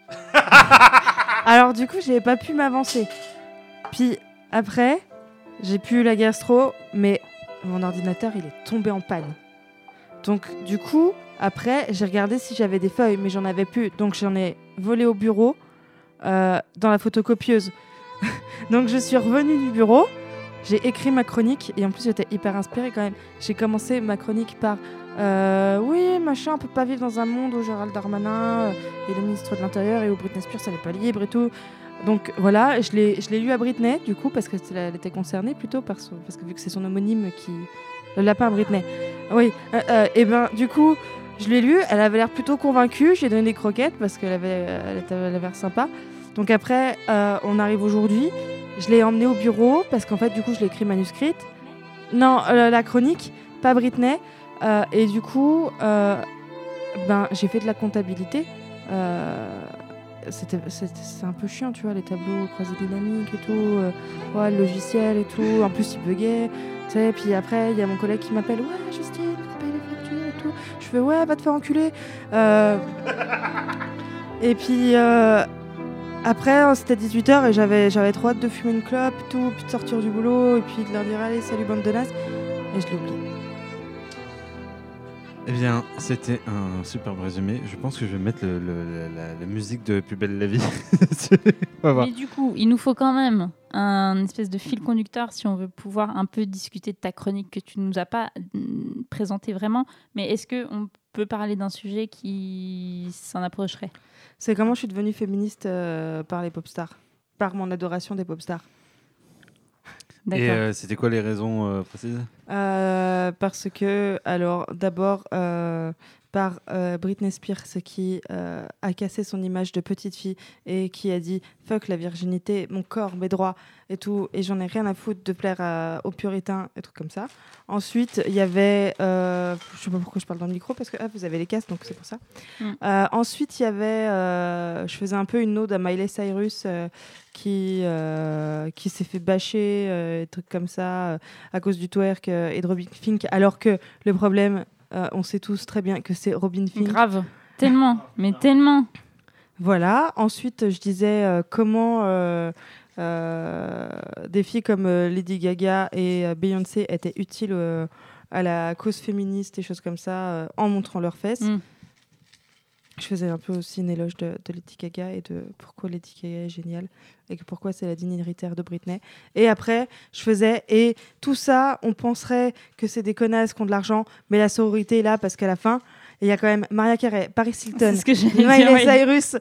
Alors du coup, j'avais pas pu m'avancer. Puis après, j'ai pu eu la gastro, mais mon ordinateur, il est tombé en panne. Donc du coup, après, j'ai regardé si j'avais des feuilles, mais j'en avais plus. Donc j'en ai volé au bureau, euh, dans la photocopieuse. Donc je suis revenue du bureau, j'ai écrit ma chronique, et en plus j'étais hyper inspirée quand même. J'ai commencé ma chronique par euh, oui, machin, on peut pas vivre dans un monde où Gérald Darmanin euh, est le ministre de l'Intérieur et où Britney Spears elle est pas libre et tout. Donc voilà, je l'ai, je l'ai lu à Britney du coup parce qu'elle était concernée plutôt par son, parce que vu que c'est son homonyme qui le lapin à Britney. Oui, euh, euh, et ben du coup je l'ai lu, elle avait l'air plutôt convaincue, j'ai donné des croquettes parce qu'elle avait, elle était, elle avait l'air sympa. Donc après euh, on arrive aujourd'hui, je l'ai emmenée au bureau parce qu'en fait du coup je l'ai écrit manuscrite. Non, euh, la chronique, pas Britney. Euh, et du coup, euh, ben, j'ai fait de la comptabilité. Euh, c'était, c'était, c'est un peu chiant, tu vois, les tableaux croisés dynamiques et tout. Euh, ouais, le logiciel et tout. En plus, il buguait. Tu sais, puis après, il y a mon collègue qui m'appelle. Ouais, Justine, faut payer les factures et tout. Je fais, ouais, va te faire enculer. Euh, et puis, euh, après, c'était dix-huit heures et j'avais, j'avais trop hâte de fumer une clope et tout, puis de sortir du boulot et puis de leur dire, allez, salut, bande de nazes. Et je l'ai oublié. Eh bien, c'était un superbe résumé. Je pense que je vais mettre le, le- la, la musique de Plus belle la vie. On va voir. Mais du coup, il nous faut quand même un espèce de fil conducteur si on veut pouvoir un peu discuter de ta chronique que tu ne nous as pas mm, présentée vraiment. Mais est-ce qu'on peut parler d'un sujet qui s'en approcherait? C'est comment je suis devenue féministe euh, par les pop stars, par mon adoration des pop stars. D'accord. Et euh, c'était quoi les raisons euh, précises? Euh, parce que, alors, d'abord, euh, par euh, Britney Spears qui euh, a cassé son image de petite fille et qui a dit fuck la virginité, mon corps, mes droits et tout, et j'en ai rien à foutre de plaire à- aux puritains et trucs comme ça. Ensuite, il y avait, euh, je sais pas pourquoi je parle dans le micro parce que ah, vous avez les casques donc c'est pour ça. Mm. Euh, ensuite, il y avait, euh, je faisais un peu une ode à Miley Cyrus euh, qui euh, qui s'est fait bâcher euh, des trucs comme ça euh, à cause du twerk euh, et de Robin Fink, alors que le problème Euh, on sait tous très bien que c'est Robin Fink. Grave, tellement, mais tellement. Voilà. Ensuite, je disais euh, comment euh, euh, des filles comme euh, Lady Gaga et euh, Beyoncé étaient utiles euh, à la cause féministe et choses comme ça euh, en montrant leurs fesses. Mm. Je faisais un peu aussi une éloge de, de Lady Gaga et de pourquoi Lady Gaga est géniale et que pourquoi c'est la digne héritière de Britney. Et après, je faisais, et tout ça, on penserait que c'est des connasses qui ont de l'argent, mais la sororité est là parce qu'à la fin, il y a quand même Mariah Carey, Paris Hilton, C'est ce que j'allais Miley dire, oui. Cyrus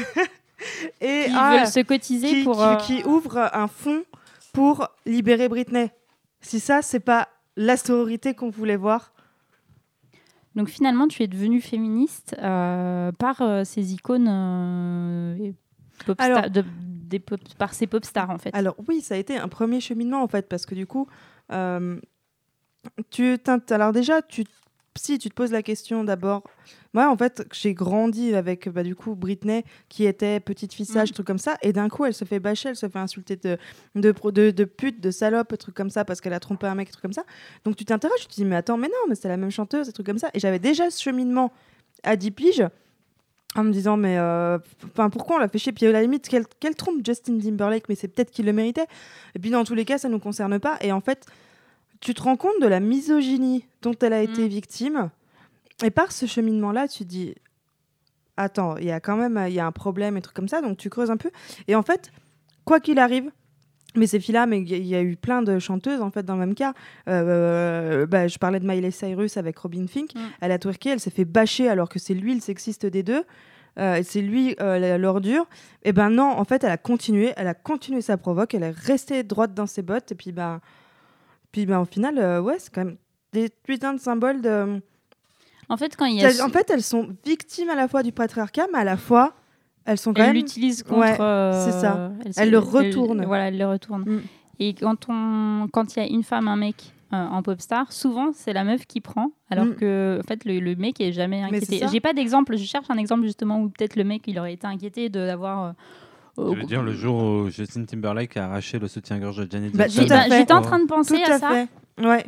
et Qui ah, veulent se cotiser qui, pour... qui- euh, qui ouvre un fonds pour libérer Britney. Si ça, c'est pas la sororité qu'on voulait voir. Donc finalement, tu es devenue féministe euh, par euh, ces icônes, euh, et pop Alors- stars- de- des pop, par ces pop stars en fait. Alors oui, ça a été un premier cheminement en fait, parce que du coup, euh, tu t'int- alors déjà, tu, si tu te poses la question d'abord, moi en fait, j'ai grandi avec bah, du coup Britney qui était petite fille sage, Mm. truc comme ça, et d'un coup, elle se fait bâcher, elle se fait insulter de de, pro- de, de pute, de salope, truc comme ça, parce qu'elle a trompé un mec, truc comme ça. Donc tu t'interroges, tu te dis mais attends, mais non, mais c'est la même chanteuse, truc comme ça. Et j'avais déjà ce cheminement à dix piges. En me disant, mais euh, enfin, pourquoi on l'a fait chier? Puis à la limite, quelle, quelle trompe Justin Timberlake, mais c'est peut-être qu'il le méritait. Et puis dans tous les cas, ça ne nous concerne pas. Et en fait, tu te rends compte de la misogynie dont elle a été Mm. victime. Et par ce cheminement-là, tu te dis, attends, il y a quand même il y a un problème et trucs comme ça. Donc tu creuses un peu. Et en fait, quoi qu'il arrive, mais ces filles-là, mais il y, y a eu plein de chanteuses en fait dans le même cas. Euh, bah, je parlais de Miley Cyrus avec Robin Fink. Mm. Elle a twerké, elle s'est fait bâcher alors que c'est lui le sexiste des deux. Euh, c'est lui euh, la- l'ordure. Et ben non, en fait, elle a continué, elle a continué sa provoque, elle est restée droite dans ses bottes. Et puis ben, puis ben au final, euh, ouais, c'est quand même des putains de symboles de. En fait, quand il y a... Ça- En fait, elles sont victimes à la fois du patriarcat, mais à la fois, elles sont quand elle même. l'utilise contre... Ouais, euh, c'est ça. Elle, Elle le retourne. voilà, elle le retourne. Mm. Et quand on, quand il y a une femme, un mec euh, en pop star, souvent c'est la meuf qui prend, alors Mm. que en fait le, le mec est jamais Mais inquiété. c'est ça. J'ai pas d'exemple. Je cherche un exemple justement où peut-être le mec il aurait été inquiété de d'avoir. Euh, Tu veux dire le jour où Justin Timberlake a arraché le soutien-gorge de Janet Bah, Jackson tout à fait. J'étais en train de penser Tout à, à ça. fait. Ouais.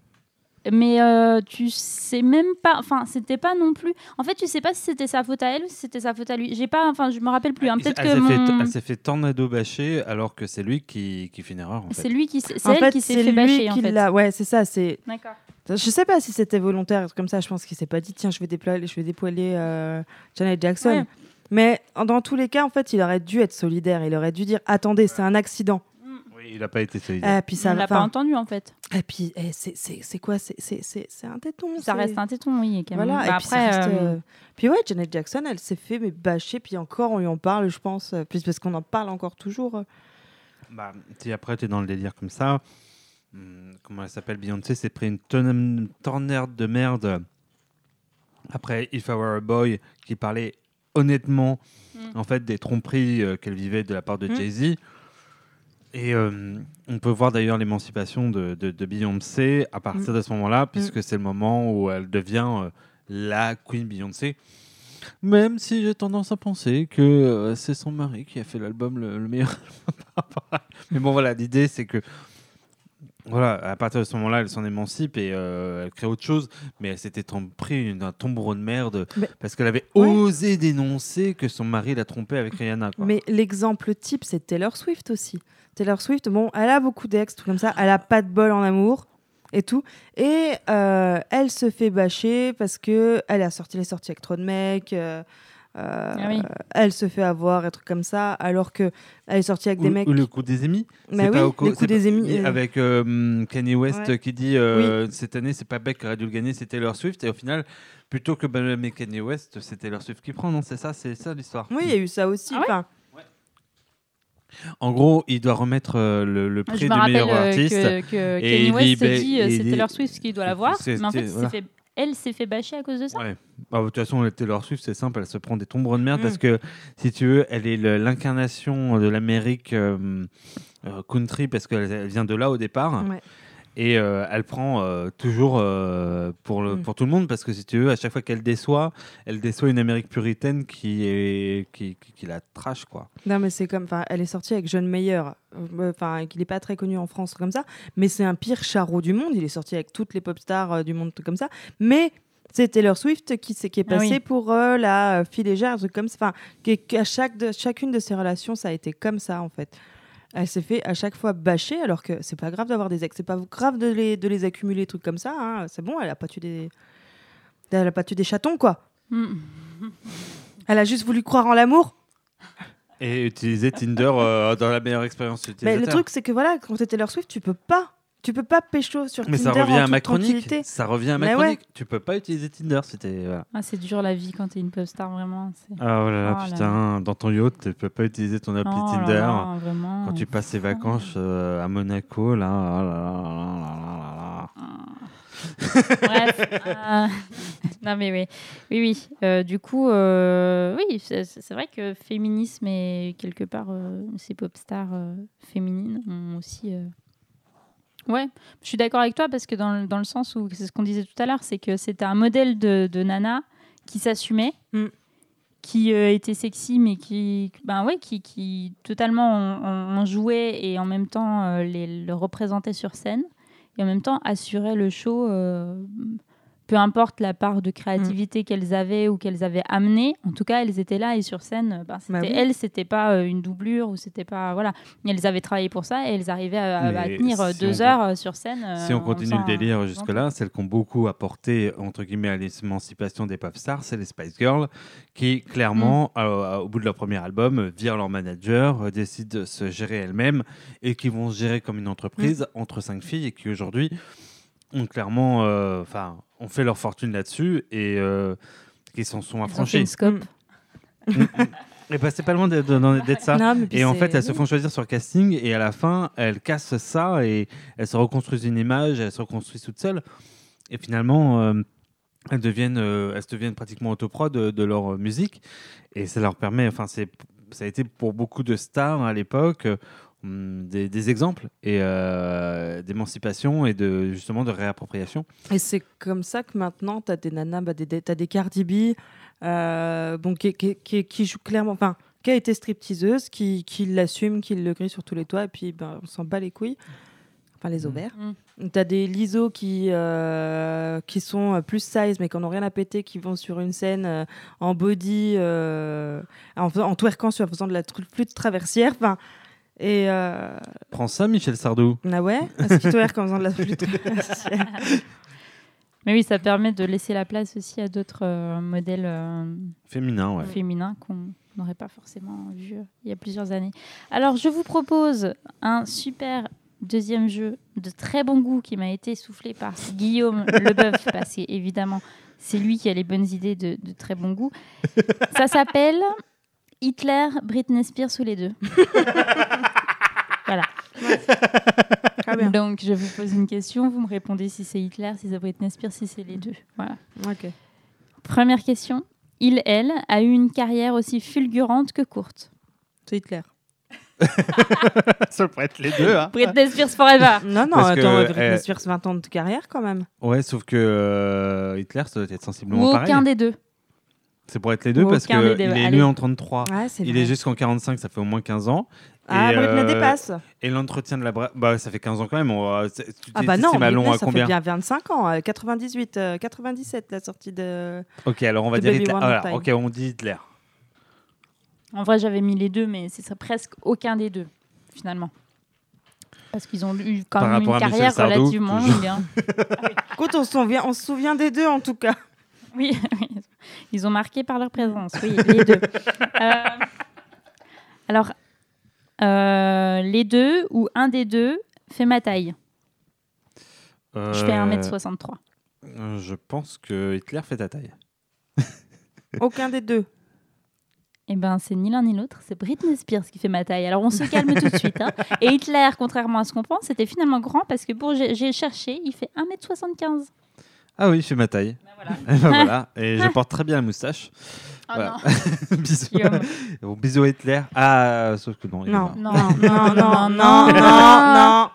Mais euh, tu sais même pas, enfin c'était pas non plus. En fait, tu sais pas si c'était sa faute à elle ou si c'était sa faute à lui. J'ai pas, enfin je me rappelle plus. Hein. Peut-être elle, que s'est mon... fait, elle s'est fait tornado bâcher alors que c'est lui qui, qui fait une erreur. En fait. c'est lui qui, s'est- c'est En elle fait, qui s'est c'est fait lui bâcher en qui fait. l'a. Ouais, c'est ça. C'est. D'accord. Je sais pas si c'était volontaire, comme ça. Je pense qu'il s'est pas dit tiens, je vais déployer, je vais dépoiler euh, Janet Jackson. Ouais. Mais en- dans tous les cas, en fait, il aurait dû être solidaire. Il aurait dû dire attendez, c'est un accident. Oui, il n'a pas été solidaire. Et puis ça On va. l'a pas enfin, entendu en fait. Et puis eh, c'est c'est c'est quoi C'est c'est c'est c'est un téton. Ça c'est- reste un téton, oui. Quand même. Voilà. Bah, et puis ça après, reste, euh, euh, puis ouais, Janet Jackson, elle s'est fait mais bâcher. Puis encore, on lui en parle, je pense. euh, Puis parce qu'on en parle encore toujours. Bah, si après tu es dans le délire comme ça, hum, comment elle s'appelle, Beyoncé s'est pris une tonne- tornade de merde après If I Were a Boy qui parlait honnêtement Mm. en fait des tromperies euh, qu'elle vivait de la part de Mm. Jay-Z. Et euh, on peut voir d'ailleurs l'émancipation de, de, de Beyoncé à partir Mm. de ce moment-là, puisque c'est le moment où elle devient euh, la Queen Beyoncé. Même si j'ai tendance à penser que euh, c'est son mari qui a fait l'album le, le meilleur. par rapport à- Mais bon, voilà, l'idée c'est que voilà, à partir de ce moment-là, elle s'en émancipe et euh, elle crée autre chose. Mais elle s'était tom- pris une- un tombereau de merde Mais- parce qu'elle avait Ouais. osé dénoncer que son mari l'a trompée avec Rihanna. Quoi. Mais l'exemple type, c'est Taylor Swift aussi. Taylor Swift, bon, elle a beaucoup d'ex, tout comme ça. Elle a pas de bol en amour et tout. Et euh, elle se fait bâcher parce que elle a sorti les sorties avec trop de mecs. euh, euh, Ah oui. Elle se fait avoir, et trucs comme ça, alors que elle est sortie avec Ou, des mecs. ou le coup des émis. Mais C'est oui, pas au co- les c'est coups des pas- émis. euh, Avec euh, Kanye West Ouais. qui dit euh, cette année, c'est pas Beck qui aurait dû le gagner, c'est Taylor Swift. Et au final, plutôt que blâmer Kanye West, c'est Taylor Swift qui prend. Non, c'est ça, c'est ça l'histoire. Oui, il y a eu ça aussi. Ah ouais enfin, En gros, il doit remettre euh, le, le prix Je du me rappelle meilleur euh, artiste. que, que Et Kanye West il s'est dit- dit euh, il c'est dit- Taylor Swift qui doit l'avoir, c'est- mais en fait, voilà. s'est fait... elle s'est fait bâcher à cause de ça. Ouais. Bah, de toute façon, Taylor Swift, c'est simple, elle se prend des tombereaux de merde Mm. parce que, si tu veux, elle est le- l'incarnation de l'Amérique euh, euh, country parce qu'elle elle vient de là au départ. ouais. Et euh, elle prend euh, toujours euh, pour, le, Mm. pour tout le monde parce que, si tu veux, à chaque fois qu'elle déçoit, elle déçoit une Amérique puritaine qui, est, qui, qui, qui la trash, quoi. Non, mais c'est comme, enfin, elle est sortie avec John Mayer, euh, enfin, qu'il n'est pas très connu en France comme ça, mais c'est un pire charreau du monde. Il est sorti avec toutes les pop stars euh, du monde tout comme ça, mais c'est Taylor Swift qui, s'est- qui est Ah passée oui. pour euh, la euh, fille légère, un truc comme ça. Enfin, qui- qu'à chaque de, chacune de ses relations, ça a été comme ça en fait. Elle s'est fait à chaque fois bâcher, alors que c'est pas grave d'avoir des ex, c'est pas grave de les, de les accumuler, trucs comme ça. Hein. C'est bon, elle a pas tué des, elle a pas tué des chatons quoi. Mm. Elle a juste voulu croire en l'amour. Et utiliser Tinder euh, dans la meilleure expérience Mais utilisateur. le truc, c'est que voilà, quand t'es Taylor Swift, tu peux pas. Tu peux pas pécho sur Mais Tinder ça revient en à toute ma chronique. tranquillité. Ça revient à ma Mais chronique. Tu peux pas utiliser Tinder. C'était. Voilà. Ah, c'est dur la vie quand t'es une pop star, vraiment. c'est- Ah oh là là, Oh là putain, dans ton yacht, tu peux pas utiliser ton appli Oh là Tinder. là, vraiment. Quand tu passes tes vacances euh, à Monaco, là, oh là là là là là là là. Bref. euh, non, mais oui. Oui, oui. Euh, du coup, euh, oui, c'est c'est vrai que féminisme et quelque part, euh, ces pop stars euh, féminines ont aussi. euh, Ouais, je suis d'accord avec toi parce que dans le, dans le sens où c'est ce qu'on disait tout à l'heure, c'est que c'était un modèle de, de nana qui s'assumait, Mm. qui euh, était sexy, mais qui, ben ouais, qui, qui totalement en, en- en jouait et en même temps euh, les, le représentait sur scène et en même temps assurait le show. euh, peu importe la part de créativité qu'elles avaient ou qu'elles avaient amenée, en tout cas, elles étaient là et sur scène, ben, c'était Bah oui. elles, c'était pas euh, une doublure ou c'était pas voilà, elles avaient travaillé pour ça et elles arrivaient à, à- à Mais tenir euh, si deux on- heures euh, sur scène. euh, Si on en continue faisant le délire un- jusque-là, celles qui ont beaucoup apporté entre guillemets à l'émancipation des pop stars, c'est les Spice Girls, qui clairement, Mm. euh, au bout de leur premier album, euh, virent leur manager, euh, décident de se gérer elles-mêmes et qui vont se gérer comme une entreprise Mm. entre cinq filles et qui aujourd'hui ont clairement, enfin, ont fait leur fortune là-dessus et euh, qui s'en sont Elles ont fait affranchis. une scope. Et bah, c'est pas loin d'être d'être- d'être ça. Non, mais puis Et en c'est- fait, elles se font choisir sur casting et à la fin, elles cassent ça et elles se reconstruisent une image, elles se reconstruisent toutes seules. Et finalement, euh, elles, deviennent, euh, elles deviennent pratiquement autoprod de, de leur musique. Et ça leur permet, enfin, c'est, ça a été pour beaucoup de stars à l'époque. hum, des, des exemples et euh, d'émancipation et de justement de réappropriation. Et c'est comme ça que maintenant, tu as des nanas, bah, des, des, t'as des Cardi B, euh, bon, qui, qui, qui, qui jouent clairement, enfin, qui a été stripteaseuse, qui, qui l'assume, qui le grille sur tous les toits, et puis ben, on s'en bat les couilles, enfin les ovaires. Mm. Tu as des lisos qui, euh, qui sont plus size, mais qui n'ont rien à péter, qui vont sur une scène euh, en body, euh, en, faisant- en twerkant, sur, en faisant de la tr- flûte traversière, enfin. Et euh, Prends ça, Michel Sardou. ah ouais, est-ce qu'il twerk en faisant de la flûte traversière? Mais oui, ça permet de laisser la place aussi à d'autres euh, modèles euh, Féminin, ouais. féminins qu'on n'aurait pas forcément vu euh, il y a plusieurs années. Alors, je vous propose un super deuxième jeu de très bon goût qui m'a été soufflé par Guillaume Leboeuf, parce qu'évidemment, c'est lui qui a les bonnes idées de, de très bon goût. Ça s'appelle Hitler, Britney Spears ou les deux. Voilà. Très bien. Donc, je vous pose une question, vous me répondez si c'est Hitler, si c'est Britney Spears, si c'est les deux. Voilà. Ok. Première question. Il, elle, a eu une carrière aussi fulgurante que courte. C'est Hitler. Ça pourrait être les deux, hein. Britney Spears forever. Non, non, Parce que, attends, Britney euh, Spears, vingt ans de carrière quand même. Ouais, sauf que euh, Hitler, ça doit être Ou sensiblement pareil. aucun des deux. C'est pour être les deux Ou parce qu'il aucun des deux. est Allez. né en trente-trois. Ouais, c'est Il vrai. est jusqu'en quarante-cinq, ça fait au moins quinze ans. Ah, Et, Britney euh, dépasse. Et l'entretien de la bra... bah ça fait quinze ans quand même. On va... c'est- Tu Ah bah non, t'estimes à long Britney, à ça combien fait bien vingt-cinq ans. euh, quatre-vingt-dix-huit, euh, quatre-vingt-dix-sept, la sortie de... Ok, alors on va The dire Baby Hitler. One Ah, More voilà, ok, Time. on dit Hitler. En vrai, j'avais mis les deux, mais ce serait presque aucun des deux, finalement. Parce qu'ils ont eu quand Par même une rapport à Michel carrière Sardou, relativement toujours. longue. hein. Écoute, on se souvient, on se souvient des deux en tout cas. Oui, ils ont marqué par leur présence, oui, les deux. Euh, alors, euh, les deux ou un des deux fait ma taille. Je fais un mètre soixante-trois. Euh, Je pense que Hitler fait ta taille. Aucun des deux. Eh ben, c'est ni l'un ni l'autre, c'est Britney Spears qui fait ma taille. Alors, on se calme tout de suite. hein. Et Hitler, contrairement à ce qu'on pense, c'était finalement grand parce que pour j'ai j'ai cherché, il fait un mètre soixante-quinze. Ah oui, il fait ma taille. Ben voilà. Et ben voilà. Et je porte très bien la moustache. Oh Voilà. non. bisous. Guillaume. Bon, bisous à Hitler. Ah, sauf que non. il est Non. mort. Non, Non, non, non, non, non, non.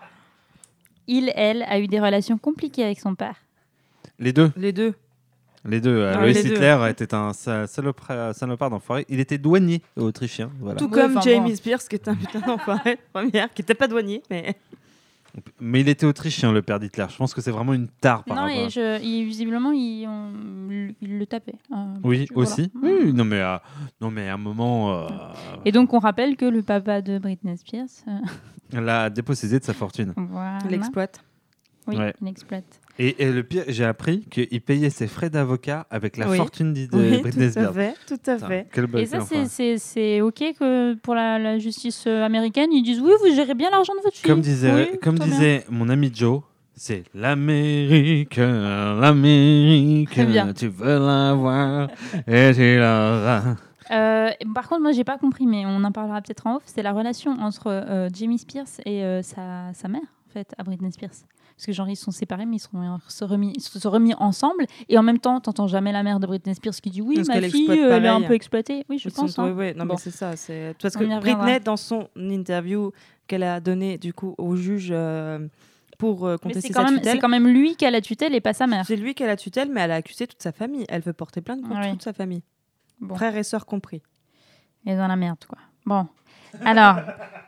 Il, elle, a eu des relations compliquées avec son père. Les deux. Les deux. Les deux. euh, Ah, Alois les deux. Hitler était un sa- salopard, salopard d'enfoiré. Il était douanier autrichien. Voilà. Tout Oui, comme enfin, Jamie bon. Spears, qui est un putain d'enfoiré, première, qui n'était pas douanier, mais... Mais il était autrichien, le père d'Hitler. Je pense que c'est vraiment une tare par non, rapport à- et je, il- visiblement, il, on- il le tapait. Euh, Oui, voilà. aussi. Oui, oui, non, mais, euh, non, mais à un moment, euh, Et donc, on rappelle que le papa de Britney Spears, euh, elle a dépossédé de sa fortune. voilà. Il exploite. Oui, Ouais. il exploite. Et, et le pire, j'ai appris qu'il payait ses frais d'avocat avec la Oui. fortune d'I- de Oui, Britney tout à Spears. fait, tout à Putain, fait. quel bel- Et ça, quel c'est- enfoiré. c'est c'est OK que pour la, la justice euh, américaine, ils disent oui, vous gérez bien l'argent de votre fille. Comme disait, Oui, comme très bien. disait mon ami Joe, c'est l'Amérique, l'Amérique, Très bien. tu veux l'avoir et tu l'auras. Euh, par contre, moi, j'ai pas compris, mais on en parlera peut-être en off. C'est la relation entre euh, Jamie Spears et euh, sa, sa mère, en fait, à Britney Spears. Parce que genre ils sont séparés, mais ils sont euh, se remis, ils se sont remis ensemble. Et en même temps, t'entends jamais la mère de Britney Spears qui dit oui, Parce ma qu'elle fille, exploite euh, elle est un pareil. peu exploitée. Oui, je Ils pense. sont- hein. oui, oui, non, Bon. mais c'est ça. C'est... Parce On que y reviendra. Britney, dans son interview qu'elle a donnée du coup au juge euh, pour euh, Mais c'est contester quand, sa même, tutelle, c'est quand même lui qui a la tutelle et pas sa mère. c'est lui qui a la tutelle, mais elle a accusé toute sa famille. Elle veut porter plainte contre Ah oui. toute sa famille, Bon. frères et sœurs compris. Elle est dans la merde, quoi. Bon. Alors,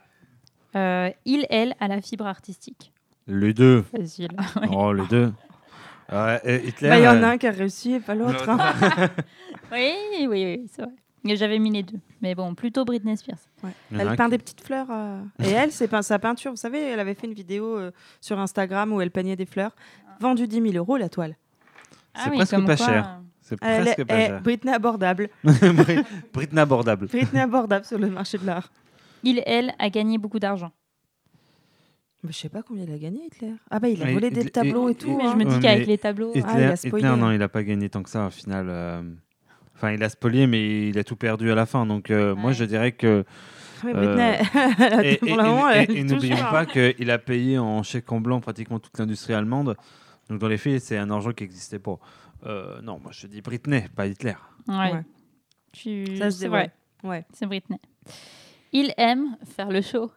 euh, il, elle, a la fibre artistique. Les deux. Facile. Oh, les deux. Ouais, et Hitler. Bah, il y en a euh, un qui a réussi et pas l'autre. hein. Oui, oui, oui, c'est vrai. Et j'avais mis les deux. Mais bon, plutôt Britney Spears. Ouais. il y en a Elle un peint qui- des petites fleurs. euh, Et elle, c'est peint- sa peinture. Vous savez, elle avait fait une vidéo euh, sur Instagram où elle peignait des fleurs. Vendu dix mille euros la toile. C'est presque comme pas quoi, cher. euh, C'est Elle presque est, pas est cher. Britney abordable. Brit- Britney abordable. Britney abordable sur le marché de l'art. Il, elle, a gagné beaucoup d'argent. Mais je sais pas combien il a gagné, Hitler. Ah bah il a Et- volé et- des et- tableaux et, et- tout. Mais hein. je me dis Ouais, qu'avec mais les tableaux. Hitler- ah, Hitler, il a spoilé, Hitler, hein. non, il a pas gagné tant que ça au final. euh, Enfin, il a spolié, mais il a tout perdu à la fin. Donc, euh, moi, Ouais. je dirais que. Mais Euh, Britney, Et, pour et- le moment, et- elle et est n'oublions toujours, pas hein. qu'il a payé en chèque en blanc pratiquement toute l'industrie allemande. Donc, dans les faits, c'est un argent qui n'existait pas. Euh, non, moi, je dis Britney, pas Hitler. Ouais. Ouais. Tu... Ça se c'est dit, vrai. ouais. Ouais. C'est Britney. Il aime faire le show.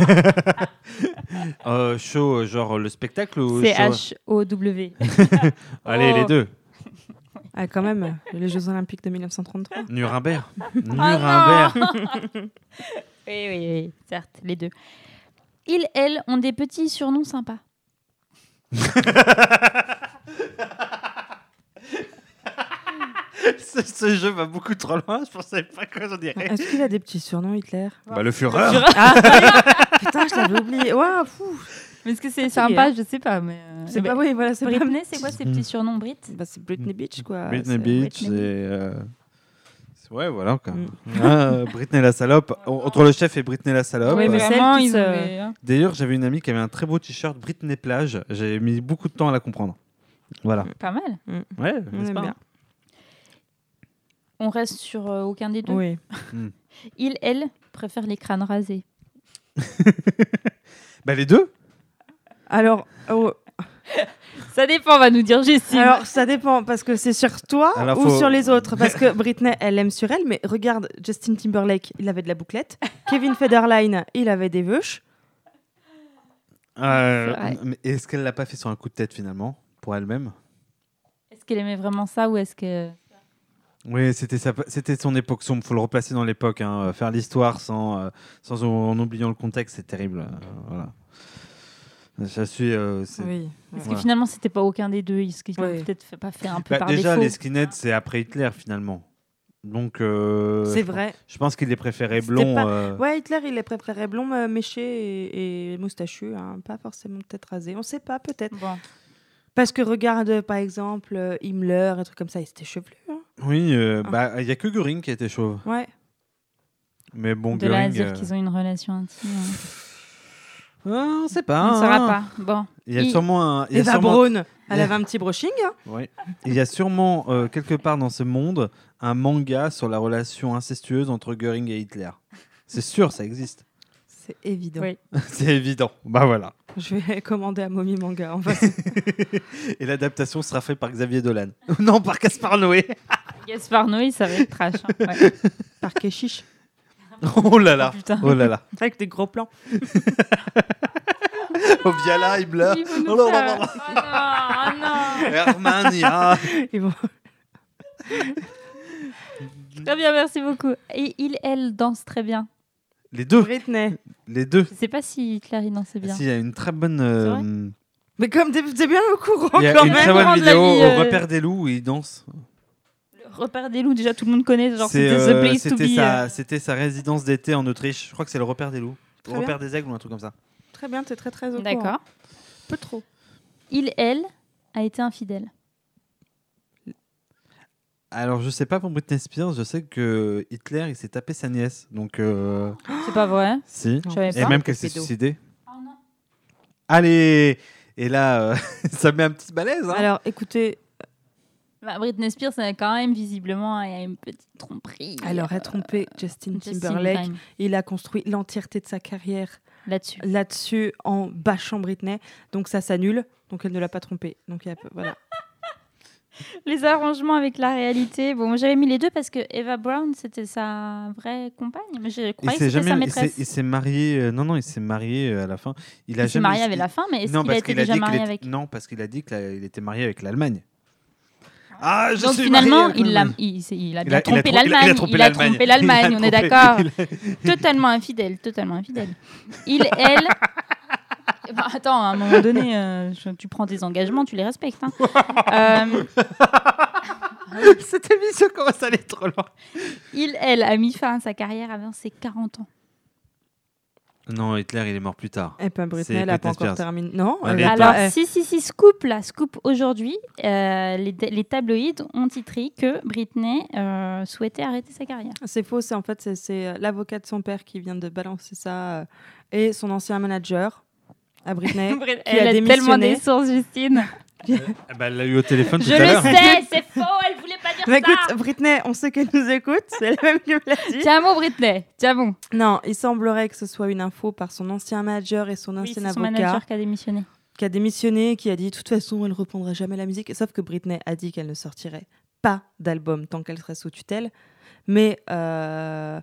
Euh, show, genre le spectacle ou C'est show... H O W. Allez, Oh. les deux. Ah, quand même, les Jeux Olympiques de mille neuf cent trente-trois. Nuremberg. Oh Nuremberg. oui, oui, oui, certes, les deux. Ils, elles, ont des petits surnoms sympas. ce, ce jeu va beaucoup trop loin. Je pensais pas quoi j'en dirais. Est-ce qu'il a des petits surnoms, Hitler? Bah, le Führer. Putain, je l'avais oublié. Waouh, fou. Mais est-ce que c'est Fatigué, sympa? hein. Je sais pas. Mais euh, C'est bah, pas, oui, voilà, c'est pas... Britney, c'est quoi ces petits surnoms Brit? Bah, c'est Britney Beach, quoi. Britney C'est- Beach et... Britney. euh, c'est- Ouais, voilà. Quoi. Mm. Ah, Britney la salope. En- Entre le chef et Britney la salope. Oui, mais Euh, celle vraiment, qui ils se- avaient, hein. D'ailleurs, j'avais une amie qui avait un très beau t-shirt Britney plage. J'ai mis beaucoup de temps à la comprendre. Voilà. Pas mal. Ouais, On n'est-ce aime pas bien. On reste sur euh, aucun des deux. Oui. Ils, elles, préfèrent les crânes rasés. Bah, les deux. Alors, oh, Ça dépend, va nous dire Jessie. alors, ça dépend, parce que c'est sur toi Alors, ou faut- sur les autres. Parce que Britney, elle aime sur elle, mais regarde, Justin Timberlake, il avait de la bouclette. Kevin Federline, il avait des veuches. Euh, C'est vrai. mais est-ce qu'elle l'a pas fait sur un coup de tête finalement pour elle-même? Est-ce qu'elle aimait vraiment ça ou est-ce que... Oui, c'était sa- c'était son époque sombre. Faut le replacer dans l'époque. Hein. Faire l'histoire sans, euh, sans en oubliant le contexte, c'est terrible. Euh, voilà. Je suis. euh, c'est- Oui. Est-ce Voilà. que finalement, c'était pas aucun des deux? Est-ce qu'ils l'ont Oui. peut-être fait- pas fait un peu Bah, par déjà, défaut? les skinheads, c'est après Hitler finalement. Donc. euh, C'est je- vrai. Je pense qu'il les préférait C'était blonds. pas- euh, Ouais, Hitler, il les préférait blond, euh, méché et, et moustachu, hein, pas forcément tête rasée. On sait pas, peut-être. Bon. Parce que regarde, par exemple, euh, Himmler, un truc comme ça, il était chevelu. Hein. Oui, euh, Ah. bah, il y a que Göring qui était chauve. Ouais. Mais bon, De là à Göring. dire euh, qu'ils ont une relation intime, hein. ah, on sait pas. on ne hein. saura pas. Bon. Il y a Il- sûrement un. il y a Eva sûrement- Braun, elle il y a- avait un petit brushing. Hein. Oui. Il y a sûrement euh, quelque part dans ce monde un manga sur la relation incestueuse entre Göring et Hitler. C'est sûr, ça existe. C'est évident. Oui. C'est évident. Bah voilà. Je vais commander un Mommy Manga. En fait. Et l'adaptation sera faite par Xavier Dolan. non, par Gaspard Noé. Gaspard Noé, ça va être trash. hein. Ouais. Par Keshish. oh là là. Oh, putain. Oh là là. Avec des gros plans. Oh Biala, il pleure. Il faut nous Oh là faire- là Oh non, oh non. Hermania. Ils vont- Très bien, merci beaucoup. Et il, elle, danse très bien. Les deux. Britney. Les deux. Je sais pas si Hitler, il dansait bien. Si, il y a une très bonne. euh, Mais comme t'es t'es bien au courant il y a quand une même. très bonne Courant de la vidéo vie, au euh, repère des loups où il danse. Le repère des loups, déjà, tout le monde connaît. Genre, C'est, c'était euh, The Place to c'était Be. sa, euh. c'était sa résidence d'été en Autriche. Je crois que c'est le repère des loups. Très Le repère des aigles ou un truc comme ça. Très bien, t'es très très au courant. D'accord. Peu trop. Il, elle, a été infidèle. Alors, je sais pas pour Britney Spears, je sais que Hitler, il s'est tapé sa nièce. Donc, euh, C'est pas vrai. si. Je savais Et pas. même qu'elle s'est pédo. suicidée. Oh non. Allez. Et là, euh, ça met un petit balèze. Hein. Alors écoutez, Bah, Britney Spears, elle a quand même visiblement il y a une petite tromperie. elle aurait euh, trompé Justin Justin Timberlake. Time, Il a construit l'entièreté de sa carrière là-dessus. là-dessus en bâchant Britney. Donc ça s'annule. Donc elle ne l'a pas trompé. Donc il y a peu- voilà. Les arrangements avec la réalité. Bon, moi, j'avais mis les deux parce que Eva Brown, c'était sa vraie compagne. Mais je Il croyais que s'est c'était sa jamais, il s'est, maîtresse. il s'est marié. euh, non, non, il s'est marié euh, à la fin. Il, a Il s'est jamais. marié avec la fin, mais est-ce non, qu'il a parce été qu'il a déjà dit qu'il marié était- avec Non, parce qu'il a dit qu'il était marié avec l'Allemagne. Ah, je Donc suis finalement, marié avec il, l'a, l'Allemagne. il, s'est- il a Il bien a- il a trompé trom- il a- il a l'Allemagne. trompé Il a l'Allemagne. trompé Il a l'Allemagne, on est trompé- d'accord. il a- Totalement infidèle, totalement infidèle. Il, elle... Eh ben, attends, à un moment donné, euh, je- tu prends tes engagements, tu les respectes. Hein. Euh, Cette émission commence à aller trop loin. il, elle, a mis fin à sa carrière avant ses quarante ans. Non, Hitler, il est mort plus tard. Et pas C'est Britney, elle n'a pas Britney encore Spears. terminé. Non, Elle elle est a Alors, pas- elle- si, si, si, scoop, là, scoop aujourd'hui, euh, les, les tabloïds ont titré que Britney euh, souhaitait arrêter sa carrière. c'est faux. C'est en fait c'est, c'est, euh, l'avocat de son père qui vient de balancer ça euh, et son ancien manager à Britney. Elle a a tellement démissionné. des sources, Justine. Eh ben, elle l'a eu au téléphone Je tout à le l'heure. sais, c'est faux, elle voulait pas dire Mais ça. écoute, Britney, on sait qu'elle nous écoute. C'est elle même qui me l'a dit. Tiens bon, Britney, tiens bon. Non, il semblerait que ce soit une info par son ancien manager et son Oui, ancien c'est son avocat manager qui a démissionné. qui a démissionné, qui a dit de toute façon elle reprendra jamais la musique. Sauf que Britney a dit qu'elle ne sortirait pas d'album tant qu'elle serait sous tutelle. Mais euh,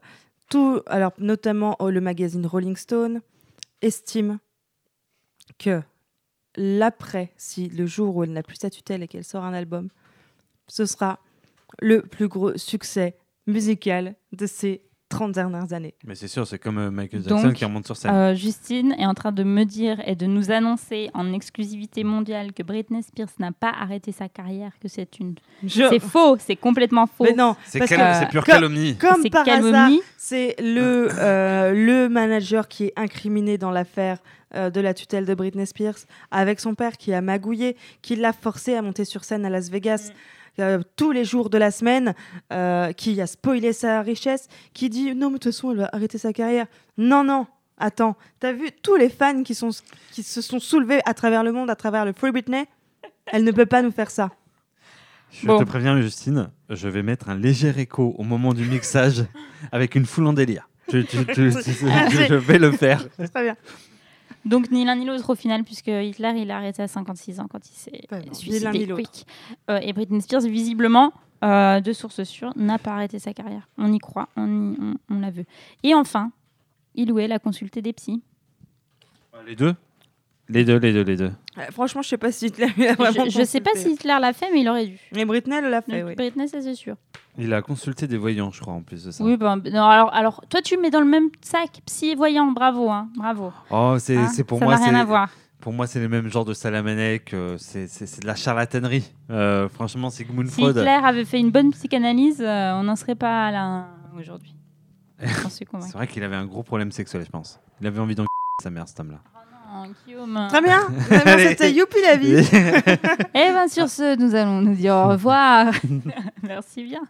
tout, alors notamment oh, le magazine Rolling Stone estime que l'après, si le jour où elle n'a plus sa tutelle et qu'elle sort un album, ce sera le plus gros succès musical de ces trente dernières années. Mais c'est sûr, c'est comme euh, Michael Jackson Donc, qui remonte sur scène. Euh, Justine est en train de me dire et de nous annoncer en exclusivité mondiale que Britney Spears n'a pas arrêté sa carrière, que c'est une... Je- C'est faux, c'est complètement faux. Mais non, c'est, parce cal- que- c'est pure comme- calomnie. Comme C'est par hasard, calomnie. c'est le, euh, le manager qui est incriminé dans l'affaire euh, de la tutelle de Britney Spears, avec son père qui a magouillé, qui l'a forcé à monter sur scène à Las Vegas euh, tous les jours de la semaine, euh, qui a spoilé sa richesse, qui dit non mais de toute façon elle va arrêter sa carrière. Non, non, attends, t'as vu tous les fans qui, sont, qui se sont soulevés à travers le monde, à travers le Free Britney. Elle ne peut pas nous faire ça. Je Bon. te préviens, Justine, je vais mettre un léger écho au moment du mixage avec une foule en délire. Je, tu- tu- tu- je- je vais le faire. Très bien. Donc ni l'un ni l'autre au final, puisque Hitler il a arrêté à cinquante-six ans quand il s'est Ouais, non, ni suicidé. l'un ni l'autre. Oui. Euh, et Britney Spears, visiblement, euh, de sources sûres, n'a pas arrêté sa carrière. On y croit, on, y- on, on l'a vu. Et enfin, il ou elle a consulté des psys. Les deux Les deux, les deux, les deux. Euh, franchement, je sais pas si Hitler il a vraiment Je ne sais pas consulté. si Hitler l'a fait, mais il aurait dû. Mais Britney elle l'a fait, Donc, oui. Britney, ça c'est sûr. Il a consulté des voyants, je crois, en plus de ça. Oui, ben, non, alors, alors, toi tu mets dans le même sac psy et voyant, bravo, hein, bravo. Oh, c'est, Hein, c'est pour ça moi, n'a rien c'est, à voir. pour moi, c'est les mêmes genres de Salamannec. euh, c'est, c'est, c'est de la charlatanerie. Euh, franchement, Sigmund Si Freud. Hitler avait fait une bonne psychanalyse, euh, on n'en serait pas là aujourd'hui. J'en suis convaincue. C'est vrai qu'il avait un gros problème sexuel, je pense. Il avait envie d'en sa mère, cet homme-là. Oh, Guillaume. Très bien. Très bien, Allez. c'était Youpi la vie. Et bien sur ce, nous allons nous dire au revoir. Merci bien.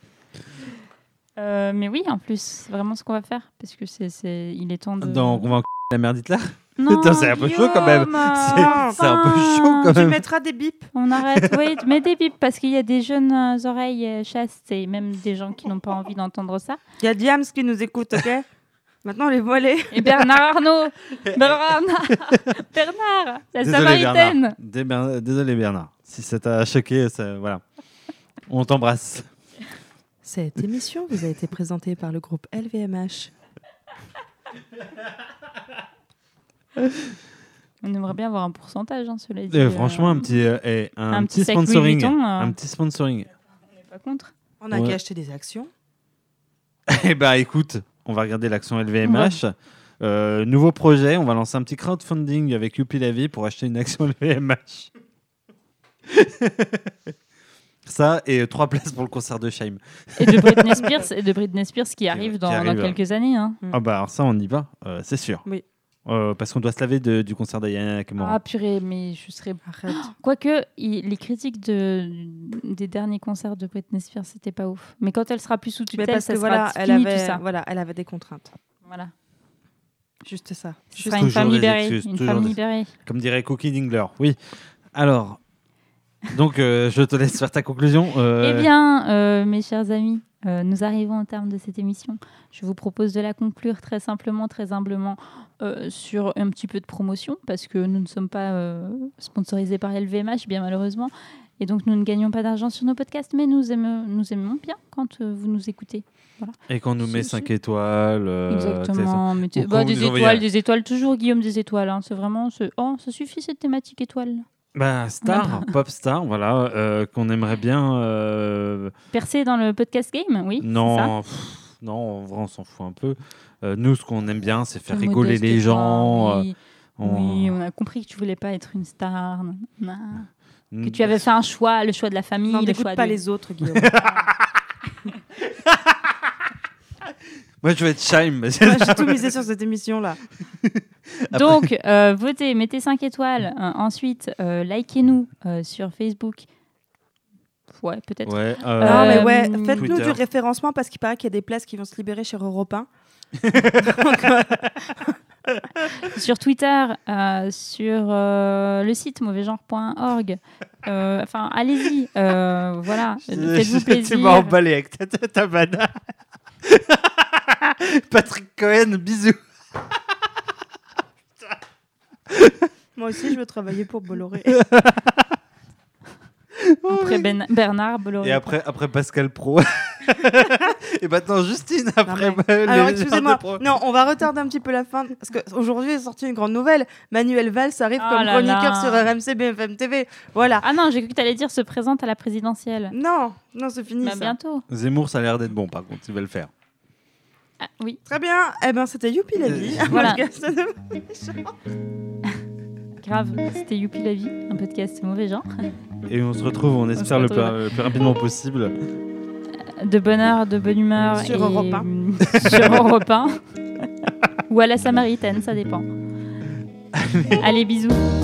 Euh, mais oui, en plus, c'est vraiment ce qu'on va faire parce que c'est, c'est, il est temps de. Donc, on va en la mère d'Hitler. Non, Putain, c'est un peu chaud, quand même. Guillaume, C'est- c'est un peu enfin. chaud, quand Tu même. mettras des bips. On arrête, oui, tu mets des bips parce qu'il y a des jeunes euh, oreilles euh, chastes et même des gens qui n'ont pas envie d'entendre ça. Il y a Diams qui nous écoute, ok? Maintenant, les voilés. Et Bernard Arnault, Bernard, Bernard, la Désolé, Samaritaine. Bernard. Dé- Ber- Désolé, Bernard. Si ça t'a choqué, ça- voilà. On t'embrasse. Cette émission vous a été présentée par le groupe L V M H. On aimerait bien avoir un pourcentage, hein, cela dit. Euh, euh, franchement, un petit, euh, eh, un, un petit petit sac Louis sponsoring. Vuitton, euh. Un petit sponsoring. on n'est pas contre. On n'a Ouais. qu'à acheter des actions. Eh ben, écoute, on va regarder l'action L V M H. Euh, nouveau projet, on va lancer un petit crowdfunding avec Youpi la vie pour acheter une action L V M H. Ça et euh, trois places pour le concert de Shaim. Et de Britney Spears, et de Britney Spears qui arrive dans, qui arrive, dans quelques années. Hein. Ah bah alors ça on y va, euh, c'est sûr. Oui. Euh, parce qu'on doit se laver de- du concert d'Ayana Nakamura. Ah purée, mais je serais. Arrête. Quoique, il- les critiques de, des derniers concerts de Britney Spears, c'était pas ouf. Mais quand elle sera plus sous Mais tutelle, parce ça que sera voilà, elle fini avait, tout ça. voilà, elle avait des contraintes. Voilà. Juste ça. Ce Juste sera une toujours femme des libérée. excuses, Une toujours femme des- libérée. Comme dirait Cookie Dingler. Oui. Alors, donc euh, je te laisse faire ta conclusion. Euh, Eh bien, euh, mes chers amis, euh, nous arrivons au terme de cette émission. Je vous propose de la conclure très simplement, très humblement, euh, sur un petit peu de promotion, parce que nous ne sommes pas euh, sponsorisés par L V M H, bien malheureusement. Et donc, nous ne gagnons pas d'argent sur nos podcasts, mais nous aimons, nous aimons bien quand euh, vous nous écoutez. Et qu'on nous met Si, si. cinq étoiles. euh, Exactement. Mais tu- ou bah, quand des vous envoyez étoiles, un- des étoiles, toujours, Guillaume, des étoiles. Hein. C'est vraiment... ce- Oh, ça suffit, cette thématique étoile. Bah, star, pop star, voilà, euh, qu'on aimerait bien. euh, Percer dans le podcast game, oui. c'est ça. Non, pff, non, en vrai, on s'en fout un peu. Euh, nous, ce qu'on aime bien, c'est faire Le rigoler modeste les effort, gens. euh, Oui. on- Oui, on a compris que tu voulais pas être une star. nan, nan. Mm. Que tu avais fait un choix, le choix de la famille, Non, le n'écoute choix pas de... les autres, Guillaume. Moi, je vais être Shaim. Moi, j'ai tout misé sur cette émission-là. Donc, euh, votez, mettez cinq étoiles. Euh, ensuite, euh, likez-nous euh, sur Facebook. Ouais, peut-être. Ouais, Non, euh, mais ouais, Euh, faites-nous Twitter. du référencement parce qu'il paraît qu'il y a des places qui vont se libérer chez Europe un. Sur Twitter, euh, sur euh, le site mauvais-genre point org. Euh, Enfin, allez-y. euh, voilà, faites-vous plaisir. Tu m'as emballé avec ta, ta, ta banane. Patrick Cohen, bisous. Moi aussi, je veux travailler pour Bolloré. Après Ben- Bernard Bolloré. Et après, après Pascal Pro. Et maintenant, Justine, après. Non, mais- bah, les- Alors, les excusez-moi. pro- Non, on va retarder un petit peu la fin parce qu'aujourd'hui est sortie une grande nouvelle. Manuel Valls arrive Oh comme là chroniqueur là. sur R M C B F M T V. Voilà. Ah non, j'ai cru que t'allais dire se présente à la présidentielle. Non, non, c'est fini Bah, ça. bientôt. Zemmour, ça a l'air d'être bon, par contre, il va le faire. Ah, oui. Très bien. Eh ben, c'était Youpi la vie. Euh, voilà. Podcast de- Grave, c'était Youpi la vie, un podcast mauvais genre. Et on se retrouve, on espère, se le, plus, retrouve. le plus rapidement possible. De bonne heure, de bonne humeur. Sur et... Europe un. Sur Europe un. Ou à la Samaritaine, ça dépend. Allez, bisous.